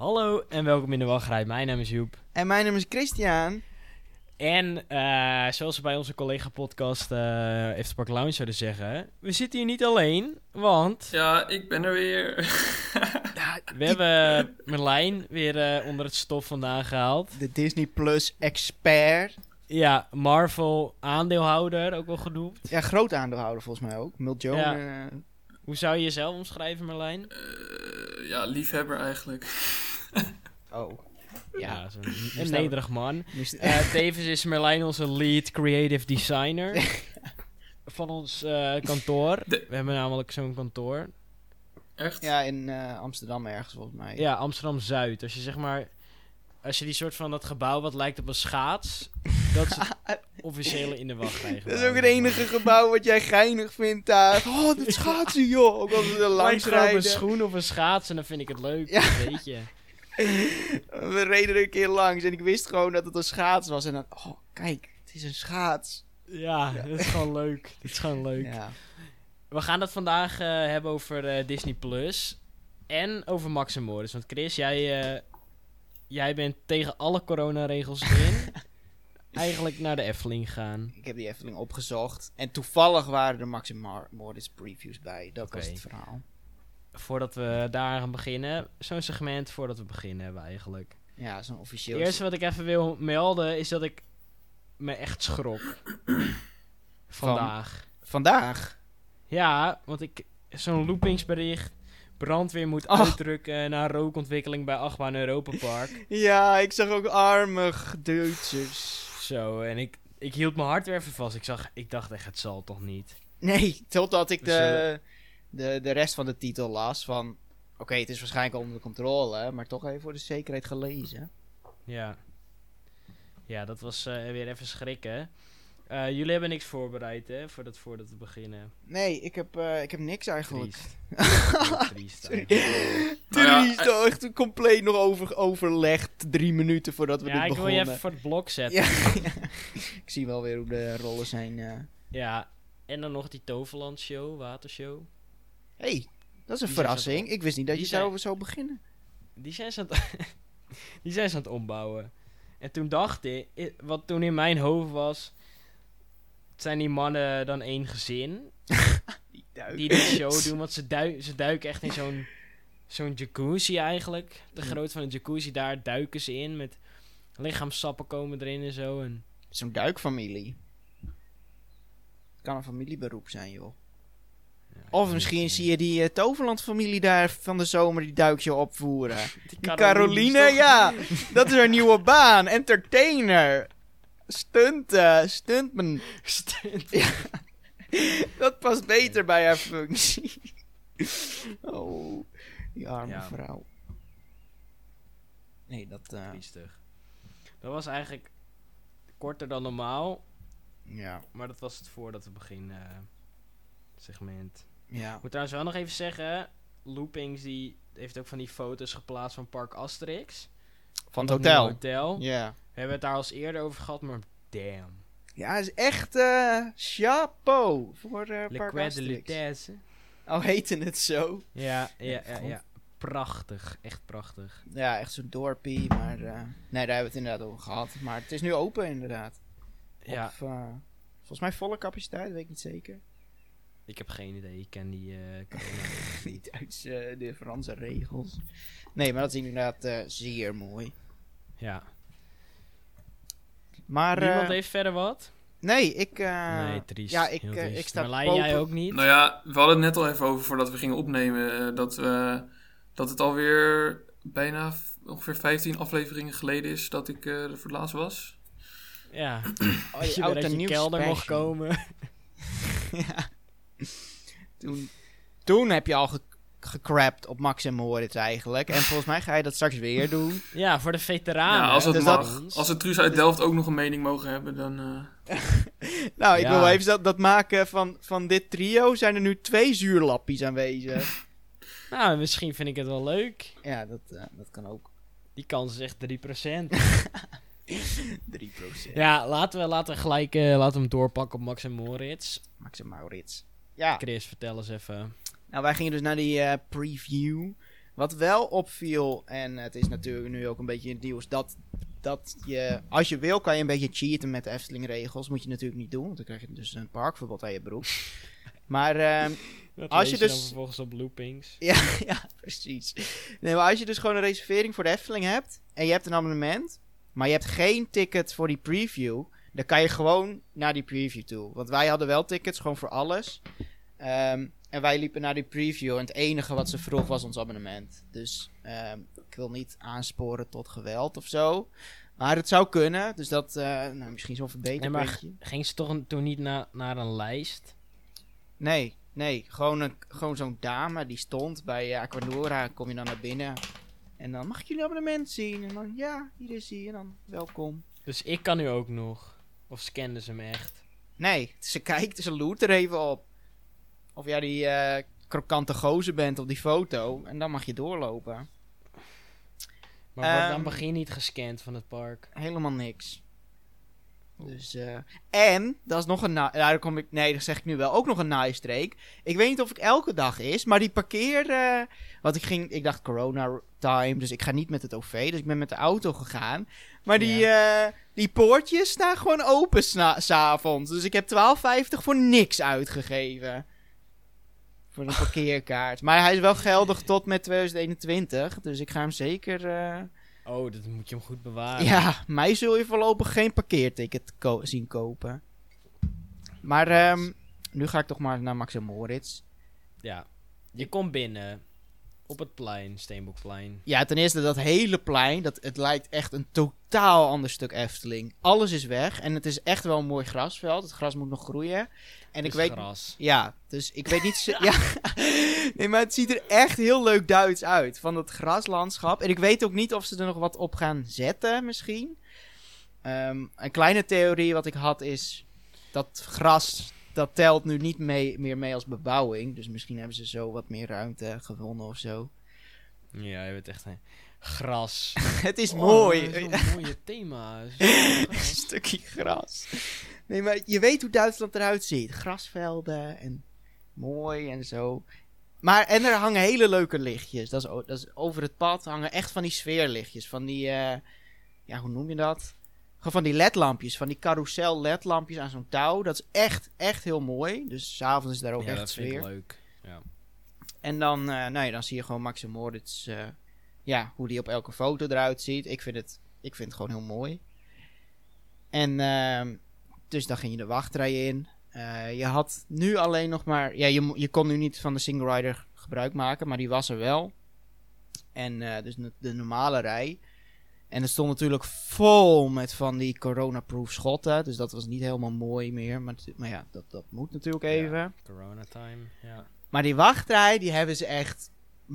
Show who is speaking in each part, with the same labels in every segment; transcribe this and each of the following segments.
Speaker 1: Hallo en welkom in de wachtrij. Mijn naam is Joep.
Speaker 2: En mijn naam is Christian.
Speaker 1: En zoals we bij onze collega-podcast After Park Lounge zouden zeggen, we zitten hier niet alleen, want
Speaker 3: Ja, ik ben er weer.
Speaker 1: we hebben Merlijn weer onder het stof vandaan gehaald.
Speaker 2: De Disney Plus expert.
Speaker 1: Ja, Marvel aandeelhouder, ook wel genoemd.
Speaker 2: Ja, groot aandeelhouder volgens mij ook. Miljoen.
Speaker 1: Ja. Hoe zou je jezelf omschrijven, Merlijn?
Speaker 3: Ja, liefhebber eigenlijk.
Speaker 2: Oh.
Speaker 1: Ja, zo'n
Speaker 2: En
Speaker 1: nederig man.
Speaker 2: Moest-
Speaker 1: Tevens is Merlijn onze lead creative designer van ons kantoor. We hebben namelijk zo'n kantoor.
Speaker 3: Echt?
Speaker 2: Ja, in Amsterdam ergens volgens mij.
Speaker 1: Ja, Amsterdam-Zuid. Als je die soort van dat gebouw wat lijkt op een schaats, dat is het officiële in de wachtrij.
Speaker 2: Dat is ook het enige gebouw wat jij geinig vindt daar. Oh, dat schaatsen joh. Ook als we er langs
Speaker 1: Langs een
Speaker 2: rijden.
Speaker 1: schoen of een schaats en dan vind ik het leuk.
Speaker 2: Ja.
Speaker 1: Weet je.
Speaker 2: We reden er een keer langs en ik wist gewoon dat het een schaats was. En dan, oh kijk, het is een schaats.
Speaker 1: Ja, dat is gewoon leuk. Dat is gewoon leuk.
Speaker 2: Ja.
Speaker 1: We gaan het vandaag hebben over Disney Plus en over Max en Moritz. Want Chris, jij bent tegen alle coronaregels in eigenlijk naar de Efteling gegaan.
Speaker 2: Ik heb die Efteling opgezocht. En toevallig waren er Max en Moritz previews bij. Dat was
Speaker 1: Oké.
Speaker 2: het verhaal.
Speaker 1: Voordat we daar gaan beginnen, zo'n segment voordat we beginnen hebben eigenlijk.
Speaker 2: Ja, zo'n officieel...
Speaker 1: Het eerste wat ik even wil melden is dat ik me echt schrok. Vandaag.
Speaker 2: Vandaag?
Speaker 1: Ja, want zo'n loopingsbericht, brandweer moet
Speaker 2: Oh.
Speaker 1: uitdrukken naar rookontwikkeling bij Achtbaan Europa Park.
Speaker 2: Ja, ik zag ook arme Duitsers.
Speaker 1: Zo, en ik hield mijn hart weer even vast. Ik dacht echt, het zal toch niet.
Speaker 2: Nee, totdat ik
Speaker 1: We
Speaker 2: de rest van de titel las van... Oké, het is waarschijnlijk onder controle, maar toch even voor de zekerheid gelezen.
Speaker 1: Ja. Ja, dat was weer even schrikken. Jullie hebben niks voorbereid, hè, voordat we beginnen.
Speaker 2: Nee, ik heb niks eigenlijk.
Speaker 1: Triest. Heel triest
Speaker 2: Sorry.
Speaker 1: eigenlijk.
Speaker 3: Nou ja,
Speaker 2: Triest, echt compleet nog overlegd 3 minuten voordat we
Speaker 1: Ja,
Speaker 2: dit
Speaker 1: ik wil
Speaker 2: begonnen.
Speaker 1: je even voor het blok zetten.
Speaker 2: Ja, ik zie wel weer hoe de rollen zijn.
Speaker 1: Ja, en dan nog die Toverland show, watershow.
Speaker 2: Hey, dat is een
Speaker 1: Die
Speaker 2: verrassing.
Speaker 1: zijn
Speaker 2: Ik wist niet dat je
Speaker 1: die zijn-
Speaker 2: zou beginnen.
Speaker 1: Die zijn ze die zijn ze aan het ombouwen. En toen dacht ik, wat toen in mijn hoofd was, zijn die mannen dan één gezin
Speaker 2: Die duik.
Speaker 1: die show doen. Want ze duiken echt in zo'n jacuzzi eigenlijk. De
Speaker 2: Ja.
Speaker 1: grootte van een jacuzzi, daar duiken ze in met lichaamsappen komen erin en zo. En
Speaker 2: Zo'n duikfamilie. Het kan een familieberoep zijn, joh.
Speaker 1: ja, ik
Speaker 2: Of
Speaker 1: weet
Speaker 2: misschien
Speaker 1: niet.
Speaker 2: zie je die Toverland-familie daar van de zomer die duikje opvoeren. Die
Speaker 1: Caroline
Speaker 2: Caroline,
Speaker 1: is toch-
Speaker 2: ja. Dat is haar nieuwe baan. Entertainer. Stuntman. Ja. Dat past beter bij haar functie. Oh, die arme
Speaker 1: Ja.
Speaker 2: vrouw. Nee, dat...
Speaker 1: Triestig. Dat was eigenlijk korter dan normaal.
Speaker 2: ja,
Speaker 1: Maar dat was het voordat we beginnen segment.
Speaker 2: ja.
Speaker 1: Ik moet trouwens wel nog even zeggen, Loopings die heeft ook van die foto's geplaatst van Park Asterix.
Speaker 2: Van het
Speaker 1: Dat nieuwe
Speaker 2: hotel.
Speaker 1: hotel.
Speaker 2: Ja.
Speaker 1: We hebben het daar al eens eerder over gehad, maar damn.
Speaker 2: Ja, het is echt chapeau voor
Speaker 1: Le
Speaker 2: Park
Speaker 1: Quai de
Speaker 2: Asterix.
Speaker 1: Lutèce.
Speaker 2: Oh, heette het zo?
Speaker 1: Ja. Prachtig, echt prachtig.
Speaker 2: Ja, echt zo'n dorpie, maar... nee, daar hebben we het inderdaad over gehad. Maar het is nu open, inderdaad.
Speaker 1: Ja,
Speaker 2: Of, volgens mij volle capaciteit, weet ik niet zeker.
Speaker 1: ik heb geen idee. Ik ken die corona
Speaker 2: Niet uit de Franse regels. Nee, maar dat is inderdaad zeer mooi.
Speaker 1: Ja.
Speaker 2: Maar...
Speaker 1: Niemand heeft verder wat?
Speaker 2: Nee, ik...
Speaker 1: nee, triest.
Speaker 2: ja,
Speaker 1: heel triest.
Speaker 2: ik sta
Speaker 1: Marlijn, jij
Speaker 2: boven-
Speaker 1: ook niet?
Speaker 3: Nou ja, we hadden het net al even over voordat we gingen opnemen. Dat het alweer bijna ongeveer 15 afleveringen geleden is dat ik er voor het laatst was.
Speaker 1: Ja.
Speaker 2: Oh,
Speaker 1: Als
Speaker 2: die
Speaker 1: je
Speaker 2: oud
Speaker 1: weer uit
Speaker 2: en
Speaker 1: je
Speaker 2: nieuw
Speaker 1: kelder mocht
Speaker 2: special.
Speaker 1: komen.
Speaker 2: Ja. Toen heb je al gecrapt op Max en Moritz eigenlijk. En volgens mij ga je dat straks weer doen.
Speaker 1: Ja, voor de veteranen.
Speaker 3: Ja, als het
Speaker 2: dus
Speaker 3: mag.
Speaker 1: dat-
Speaker 3: Als de Truus uit Delft ook nog een mening mogen hebben, dan...
Speaker 2: Nou, ik
Speaker 1: Ja.
Speaker 2: wil wel even dat maken van dit trio. Zijn er nu 2 zuurlappies aanwezig.
Speaker 1: Nou, misschien vind ik het wel leuk.
Speaker 2: Ja, dat kan ook.
Speaker 1: Die kans is echt 3%.
Speaker 2: 3%.
Speaker 1: Ja, laten we gelijk laten we hem doorpakken op Max en Moritz.
Speaker 2: Max en Maurits. Ja,
Speaker 1: Chris, vertel eens even.
Speaker 2: nou wij gingen dus naar die preview Wat wel opviel, en het is natuurlijk nu ook een beetje in het nieuws, dat je, als je wil, kan je een beetje cheaten met de Efteling-regels. Moet je natuurlijk niet doen, want dan krijg je dus een parkverbod aan je broek. Maar
Speaker 1: Dat
Speaker 2: als
Speaker 1: lees
Speaker 2: je
Speaker 1: dan
Speaker 2: dus...
Speaker 1: vervolgens op loopings.
Speaker 2: Ja, precies. Nee, maar als je dus gewoon een reservering voor de Efteling hebt en je hebt een abonnement, maar je hebt geen ticket voor die preview, dan kan je gewoon naar die preview toe. Want wij hadden wel tickets, gewoon voor alles. En wij liepen naar die preview en het enige wat ze vroeg was ons abonnement. Dus ik wil niet aansporen tot geweld of zo. Maar het zou kunnen, dus dat misschien zo'n verbeterpuntje.
Speaker 1: Maar ging ze toch toen niet naar een lijst?
Speaker 2: Nee. Gewoon zo'n dame die stond bij Aquadora. Kom je dan naar binnen. En dan mag ik jullie abonnement zien. En dan, ja, hier is hij. En dan, welkom.
Speaker 1: Dus ik kan nu ook nog. Of scanden ze me echt?
Speaker 2: Nee, ze kijkt, ze loert er even op. Of jij die krokante gozer bent op die foto. En dan mag je doorlopen.
Speaker 1: Maar wordt dan begin niet gescand van het park?
Speaker 2: Helemaal niks. Dus, en, dat is nog een daar kom ik, nee, dat zeg ik nu wel, ook nog een naaistreek. Ik weet niet of ik elke dag is, maar die want ik dacht corona time, dus ik ga niet met het OV, dus ik ben met de auto gegaan. Maar die poortjes staan gewoon open 's avonds, dus ik heb €12,50 voor niks uitgegeven. Voor een parkeerkaart. Maar hij is wel geldig tot met 2021, dus ik ga hem zeker...
Speaker 1: Oh, dat moet je hem goed bewaren.
Speaker 2: Ja, mij zul je voorlopig geen parkeerticket zien kopen. Maar nu ga ik toch maar naar Max & Moritz.
Speaker 1: Ja, je komt binnen. Op het plein, Steenbokplein.
Speaker 2: Ja, ten eerste dat hele plein. Het lijkt echt een totaal ander stuk Efteling. Alles is weg en het is echt wel een mooi grasveld. Het gras moet nog groeien. En ik weet...
Speaker 1: Gras.
Speaker 2: Ja, dus ik weet niet... ja. Nee, maar het ziet er echt heel leuk Duits uit. Van het graslandschap. En ik weet ook niet of ze er nog wat op gaan zetten, misschien. Een kleine theorie wat ik had is... Dat gras, dat telt nu niet meer mee als bebouwing. Dus misschien hebben ze zo wat meer ruimte gewonnen of zo.
Speaker 1: Ja, je bent echt een gras.
Speaker 2: Het is mooi.
Speaker 1: Zo'n mooie thema.
Speaker 2: Een stukje gras. Nee, maar je weet hoe Duitsland eruit ziet. Grasvelden en mooi en zo. Maar, en er hangen hele leuke lichtjes. Dat is over het pad hangen echt van die sfeerlichtjes. Van die, ja, hoe noem je dat? Gewoon van die ledlampjes. Van die carousel ledlampjes aan zo'n touw. Dat is echt heel mooi. Dus 's avonds is daar ook
Speaker 1: Ja,
Speaker 2: echt
Speaker 1: dat
Speaker 2: sfeer.
Speaker 1: vind ik leuk. Ja.
Speaker 2: En dan, dan zie je gewoon Max & Moritz, ja, hoe die op elke foto eruit ziet. Ik vind het gewoon heel mooi. En dus dan ging je de wachtrij in. Je had nu alleen nog maar... Ja, je kon nu niet van de single rider gebruik maken, maar die was er wel. En dus de normale rij. En het stond natuurlijk vol met van die corona-proof schotten. Dus dat was niet helemaal mooi meer. Maar ja, dat moet natuurlijk even.
Speaker 1: Ja, corona time, ja.
Speaker 2: Maar die wachtrij, die hebben ze echt...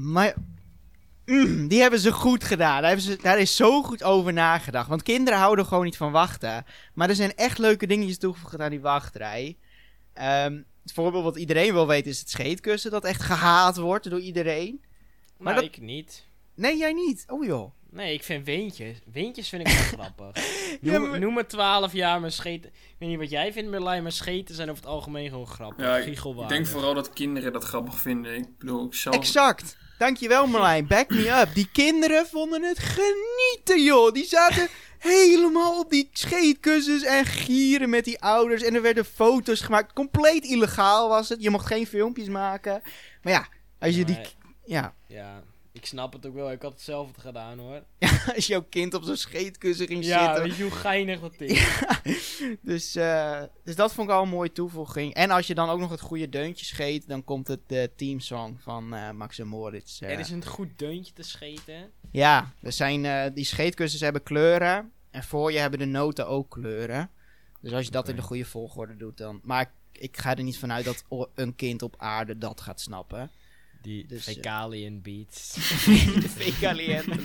Speaker 2: die hebben ze goed gedaan. Daar is zo goed over nagedacht. Want kinderen houden gewoon niet van wachten. Maar er zijn echt leuke dingetjes toegevoegd aan die wachtrij. Het voorbeeld wat iedereen wil weten is het scheetkussen. Dat echt gehaat wordt door iedereen. Maar
Speaker 1: Nou, ik niet.
Speaker 2: Nee, jij niet. Oh joh.
Speaker 1: Nee, ik vind Windjes. Windjes vind ik wel grappig.
Speaker 2: Ja, maar-
Speaker 1: Noem me 12 jaar mijn scheten. Ik weet niet wat jij vindt, Merlijn, maar scheten zijn over het algemeen gewoon grappig.
Speaker 3: Ja, ik
Speaker 1: Giechelwaardig.
Speaker 3: denk vooral dat kinderen dat grappig vinden. Ik bedoel, ik zelf...
Speaker 2: Exact. Dankjewel Marlijn. Back me up. Die kinderen vonden het genieten joh. Die zaten helemaal op die scheetkussens en gieren met die ouders. En er werden foto's gemaakt. Compleet illegaal was het. Je mocht geen filmpjes maken. Maar ja, als je die...
Speaker 1: Maar-
Speaker 2: Ja,
Speaker 1: Ja, ik snap het ook wel. Ik had hetzelfde gedaan, hoor.
Speaker 2: als jouw kind op zo'n scheetkussen ging
Speaker 1: Ja,
Speaker 2: zitten.
Speaker 1: weet je hoe geinig dat is?
Speaker 2: Dus dat vond ik al een mooie toevoeging. En als je dan ook nog het goede deuntje scheet, dan komt het de teamsong van Max & Moritz.
Speaker 1: Er is een goed deuntje te scheten.
Speaker 2: Ja, er zijn, die scheetkussens hebben kleuren. En voor je hebben de noten ook kleuren. Dus als je dat
Speaker 1: Oké.
Speaker 2: in de goede volgorde doet dan... Maar ik ga er niet vanuit dat een kind op aarde dat gaat snappen.
Speaker 1: Die
Speaker 2: Dus,
Speaker 1: fecalian beats.
Speaker 2: De fecaliënten.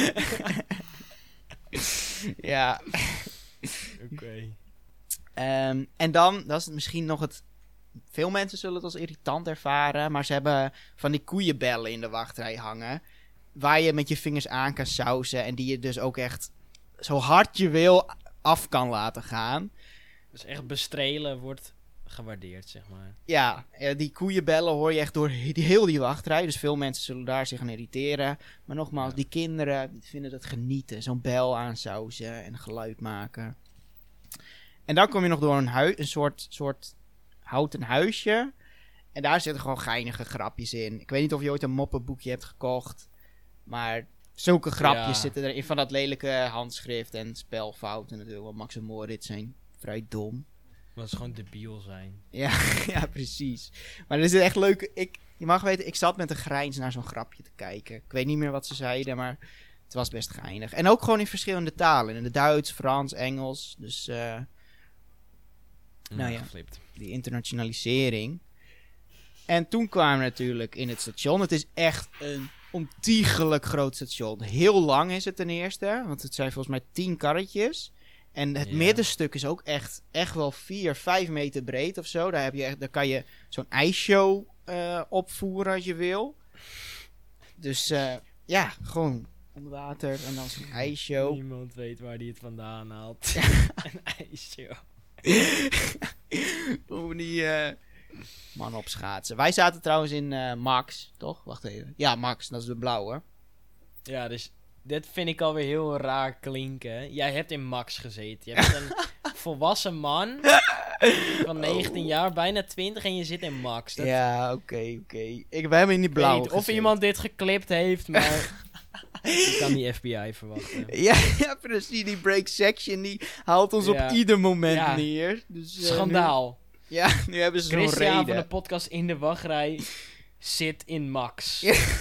Speaker 2: Ja.
Speaker 1: Oké.
Speaker 2: En dan, dat is misschien nog het... Veel mensen zullen het als irritant ervaren. Maar ze hebben van die koeienbellen in de wachtrij hangen. Waar je met je vingers aan kan sausen. En die je dus ook echt zo hard je wil af kan laten gaan.
Speaker 1: Dus echt bestrelen wordt gewaardeerd, zeg maar.
Speaker 2: Ja, die koeienbellen hoor je echt door heel die wachtrij. Dus veel mensen zullen daar zich aan irriteren. Maar nogmaals, die kinderen die vinden dat genieten. Zo'n bel aansausen en geluid maken. En dan kom je nog door een soort houten huisje. En daar zitten gewoon geinige grapjes in. Ik weet niet of je ooit een moppenboekje hebt gekocht. Maar zulke grapjes zitten erin van dat lelijke handschrift en spelfouten natuurlijk. Want Max en Moritz zijn vrij dom.
Speaker 1: Dat ze gewoon debiel zijn.
Speaker 2: Ja, ja, precies. Maar er zit echt leuke... Je mag weten, ik zat met een grijns naar zo'n grapje te kijken. Ik weet niet meer wat ze zeiden, maar het was best geinig. En ook gewoon in verschillende talen. In het Duits, Frans, Engels. Dus, nou ja,
Speaker 1: Geflipt.
Speaker 2: die internationalisering. En toen kwamen we natuurlijk in het station. Het is echt een ontiegelijk groot station. Heel lang is het ten eerste, want het zijn volgens mij 10 karretjes. En het middenstuk is ook echt wel 4-5 meter breed of zo. Daar kan je zo'n ijsshow opvoeren als je wil. Dus ja, gewoon onder water en dan zo'n ijsshow.
Speaker 1: Niemand weet waar die het vandaan haalt. Een ijsshow.
Speaker 2: Hoe die man op schaatsen. Wij zaten trouwens in Max, toch? Wacht even. Ja, Max, dat is de blauwe.
Speaker 1: Ja, dus dit vind ik alweer heel raar klinken. Jij hebt in Max gezeten. Je bent een volwassen man van 19 jaar, bijna 20 en je zit in Max. Dat
Speaker 2: Ja, oké. We hebben in die blauwe
Speaker 1: of
Speaker 2: gezeten.
Speaker 1: iemand dit geklipt heeft, maar ik kan die FBI verwachten.
Speaker 2: Ja, precies. Die break section die haalt ons op ieder moment neer. Dus,
Speaker 1: Schandaal.
Speaker 2: Nu hebben ze zo'n
Speaker 1: Christian
Speaker 2: reden.
Speaker 1: van de podcast In de Wachtrij zit in Max.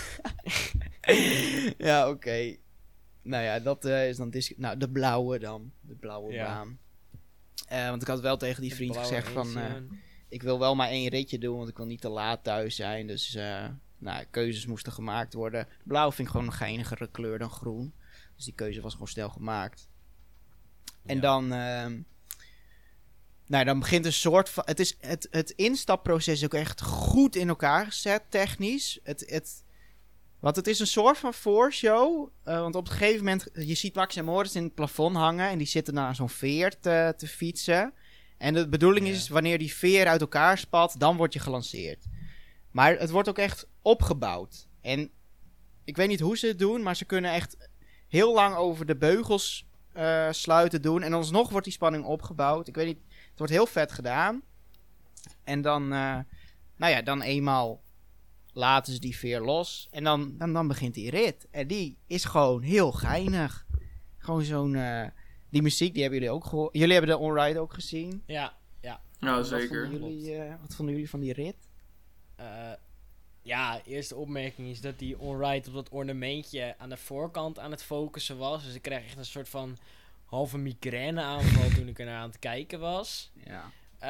Speaker 2: Ja, oké. Nou ja, dat is dan de blauwe dan. De blauwe baan. Want ik had wel tegen die vriend gezegd van... ik wil wel maar 1 ritje doen, want ik wil niet te laat thuis zijn. Dus keuzes moesten gemaakt worden. Blauw vind ik gewoon een geinigere kleur dan groen. Dus die keuze was gewoon snel gemaakt. En dan... dan begint een soort van... Het instapproces is ook echt goed in elkaar gezet, technisch. Want het is een soort van voorshow. Want op een gegeven moment... Je ziet Max en Moritz in het plafond hangen. En die zitten naar zo'n veer te fietsen. En de bedoeling is, wanneer die veer uit elkaar spat, dan word je gelanceerd. Maar het wordt ook echt opgebouwd. En ik weet niet hoe ze het doen, maar ze kunnen echt heel lang over de beugels sluiten doen. En alsnog wordt die spanning opgebouwd. Ik weet niet, het wordt heel vet gedaan. En dan, dan eenmaal laten ze die veer los. En dan begint die rit. En die is gewoon heel geinig. Gewoon zo'n... die muziek, die hebben jullie ook gehoord. Jullie hebben de On-Ride ook gezien.
Speaker 1: Ja.
Speaker 3: Ja, zeker.
Speaker 2: Wat vonden jullie van die rit?
Speaker 1: Eerste opmerking is dat die On-Ride op dat ornamentje aan de voorkant aan het focussen was. Dus ik kreeg echt een soort van halve migraine aanval toen ik er naar aan het kijken was.
Speaker 2: Ja.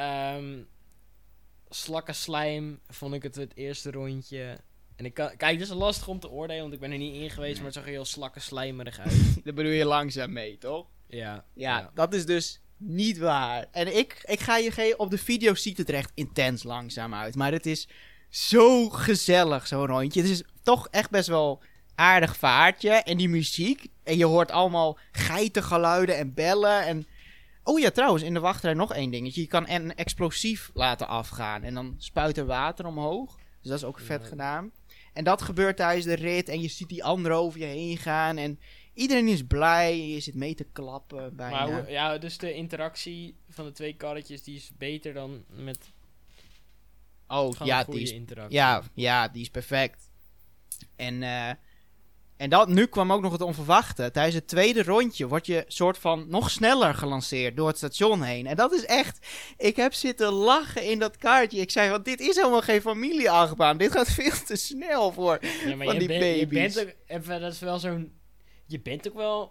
Speaker 1: Slakkenslijm vond ik het eerste rondje. En kijk, dit is lastig om te oordelen, want ik ben er niet in geweest, maar het zag er heel slakkenslijmerig uit.
Speaker 2: Daar bedoel je langzaam mee, toch?
Speaker 1: Ja,
Speaker 2: dat is dus niet waar. En ik ga je geven, op de video ziet het er echt intens langzaam uit. Maar het is zo gezellig, zo'n rondje. Het is toch echt best wel aardig vaartje. En die muziek. En je hoort allemaal geitengeluiden en bellen. En... Oh ja, trouwens, in de wachtrij nog 1 dingetje. Je kan een explosief laten afgaan. En dan spuit er water omhoog. Dus dat is ook vet gedaan. En dat gebeurt tijdens de rit. En je ziet die anderen over je heen gaan. En iedereen is blij. Je zit mee te klappen bijna.
Speaker 1: Maar dus de interactie van de 2 karretjes, die is beter dan met...
Speaker 2: Oh, ja, die is...
Speaker 1: interactie.
Speaker 2: Ja, die is perfect. En nu kwam ook nog het onverwachte. Tijdens het tweede rondje word je soort van nog sneller gelanceerd door het station heen. En dat is echt... Ik heb zitten lachen in dat kaartje. Ik zei, want dit is helemaal geen familieachtbaan. Dit gaat veel te snel voor van die baby's.
Speaker 1: Je bent ook... Even, dat is wel zo'n... Je bent ook wel...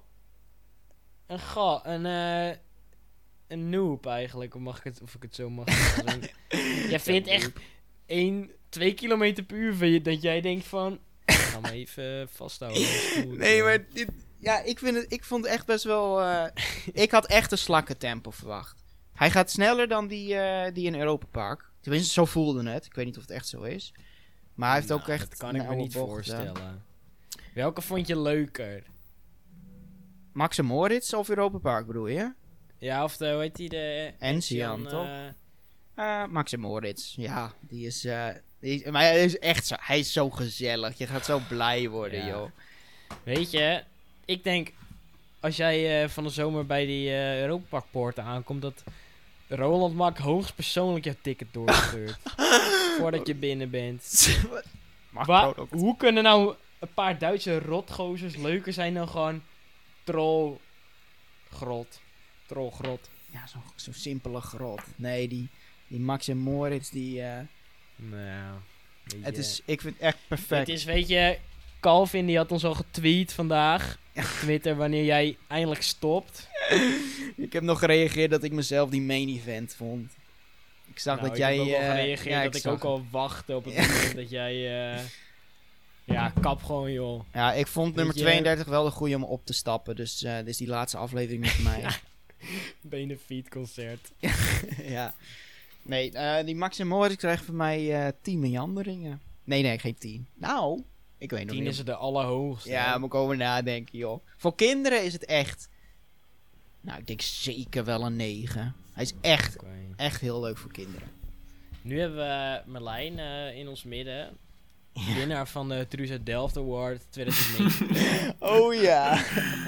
Speaker 1: Een noob eigenlijk, of ik het zo mag zeggen. Jij vindt echt 2 kilometer per uur dat jij denkt van... Ga maar even vasthouden.
Speaker 2: Nee, maar dit... Ja, ik vond het echt best wel... ik had echt een slakkentempo verwacht. Hij gaat sneller dan die in Europa Park. Tenminste, zo voelde het. Ik weet niet of het echt zo is. Maar hij heeft ook echt...
Speaker 1: Dat kan ik me niet voorstellen. Welke vond je leuker?
Speaker 2: Max en Moritz of Europa Park bedoel je?
Speaker 1: Ja, of hoe heet die? De
Speaker 2: Encian, toch? Max en Moritz, ja, maar hij is echt zo, hij is zo gezellig. Je gaat zo blij worden,
Speaker 1: Ja.
Speaker 2: joh.
Speaker 1: Weet je, ik denk, als jij van de zomer bij die Europaparkpoorten aankomt, dat Roland Mak hoogstpersoonlijk jouw ticket doorstuurt. Voordat je binnen bent.
Speaker 2: Mag
Speaker 1: Wa-
Speaker 2: product.
Speaker 1: hoe kunnen nou een paar Duitse rotgozers leuker zijn dan gewoon Trollgrot?
Speaker 2: Ja, zo'n simpele grot. Nee, die Max en Moritz,
Speaker 1: Nou, weet
Speaker 2: het
Speaker 1: je.
Speaker 2: is, ik vind het echt perfect.
Speaker 1: Het is, weet je, Calvin die had ons al getweet vandaag. Op Twitter wanneer jij eindelijk stopt.
Speaker 2: Ik heb nog gereageerd dat ik mezelf die main event vond. Ik zag
Speaker 1: Nou,
Speaker 2: dat jij...
Speaker 1: Ik heb ook al gereageerd
Speaker 2: ja,
Speaker 1: dat ik
Speaker 2: zag
Speaker 1: ook
Speaker 2: het.
Speaker 1: al wachtte op het moment dat jij... ja, kap gewoon, joh.
Speaker 2: Ja, ik vond
Speaker 1: Weet
Speaker 2: nummer
Speaker 1: je-
Speaker 2: 32 wel de goeie om op te stappen. Dus dit is die laatste aflevering met mij.
Speaker 1: Benefietconcert.
Speaker 2: Ja. Nee, die Max en Moritz krijgen van mij 10 meanderingen. Nee, geen 10. Nou, ik weet nog
Speaker 1: 10
Speaker 2: niet.
Speaker 1: is het de allerhoogste.
Speaker 2: Ja,
Speaker 1: hè?
Speaker 2: moet ik over nadenken, joh. Voor kinderen is het echt... Nou, ik denk zeker wel een 9. Hij is echt,
Speaker 1: Oké.
Speaker 2: echt heel leuk voor kinderen.
Speaker 1: Nu hebben we Merlijn in ons midden. Winnaar van de Truza Delft Award 2009.
Speaker 2: Oh ja.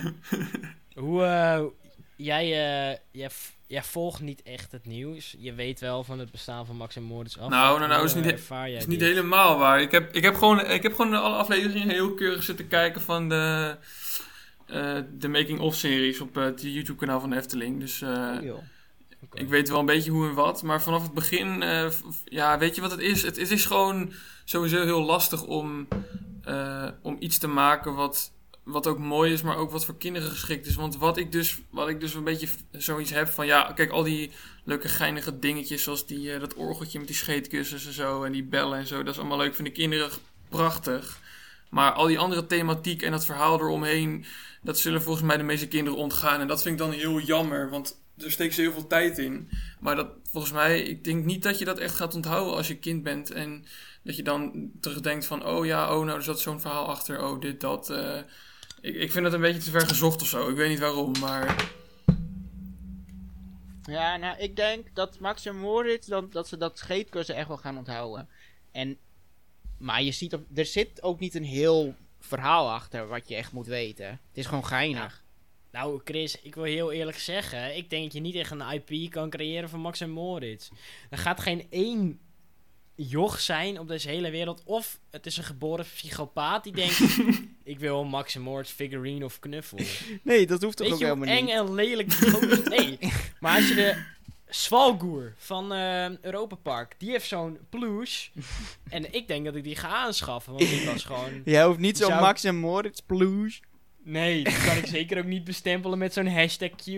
Speaker 1: Hoe, jij volgt niet echt het nieuws. Je weet wel van het bestaan van Max en Moritz af.
Speaker 3: Nou, is
Speaker 1: Hoe,
Speaker 3: niet,
Speaker 1: ervaar jij
Speaker 3: is niet
Speaker 1: dit?
Speaker 3: helemaal waar. Ik heb gewoon alle afleveringen heel keurig zitten kijken van de making-of series op het YouTube-kanaal van de Efteling. Dus
Speaker 2: Oh, joh.
Speaker 1: Oké.
Speaker 3: ik weet wel een beetje hoe en wat. Maar vanaf het begin, ja, weet je wat het is? Het is gewoon sowieso heel lastig om iets te maken wat ook mooi is, maar ook wat voor kinderen geschikt is. Want wat ik dus een beetje zoiets heb van, ja, kijk, al die leuke geinige dingetjes, zoals dat orgeltje met die scheetkussens en zo, en die bellen en zo, dat is allemaal leuk. Vind ik kinderen prachtig. Maar al die andere thematiek en dat verhaal eromheen, dat zullen volgens mij de meeste kinderen ontgaan. En dat vind ik dan heel jammer, want er steekt ze heel veel tijd in. Maar dat, volgens mij, ik denk niet dat je dat echt gaat onthouden als je kind bent. En dat je dan terugdenkt van, oh ja, oh nou, er zat zo'n verhaal achter, oh dit, dat. Ik vind het een beetje te ver gezocht of zo. Ik weet niet waarom, maar...
Speaker 2: Ja, nou, ik denk dat Max en Moritz, dat ze dat scheetkussen echt wel gaan onthouden. Maar je ziet, er zit ook niet een heel verhaal achter wat je echt moet weten. Het is gewoon geinig.
Speaker 1: Nou, Chris, ik wil heel eerlijk zeggen, ik denk dat je niet echt een IP kan creëren van Max en Moritz. Er gaat geen één joch zijn op deze hele wereld. Of het is een geboren psychopaat die denkt, ik wil een Max en Moritz figurine of knuffel.
Speaker 2: Nee, dat hoeft toch
Speaker 1: Weet
Speaker 2: ook
Speaker 1: je hoe
Speaker 2: helemaal
Speaker 1: eng
Speaker 2: niet.
Speaker 1: en lelijk die gozer is? Nee, maar als je de Svalgoer van Europa Park, die heeft zo'n plush. En ik denk dat ik die ga aanschaffen, want die was gewoon...
Speaker 2: Jij hoeft niet zo'n
Speaker 1: Zou-
Speaker 2: Max en Moritz plush.
Speaker 1: Nee, die kan ik zeker ook niet bestempelen met zo'n hashtag Q.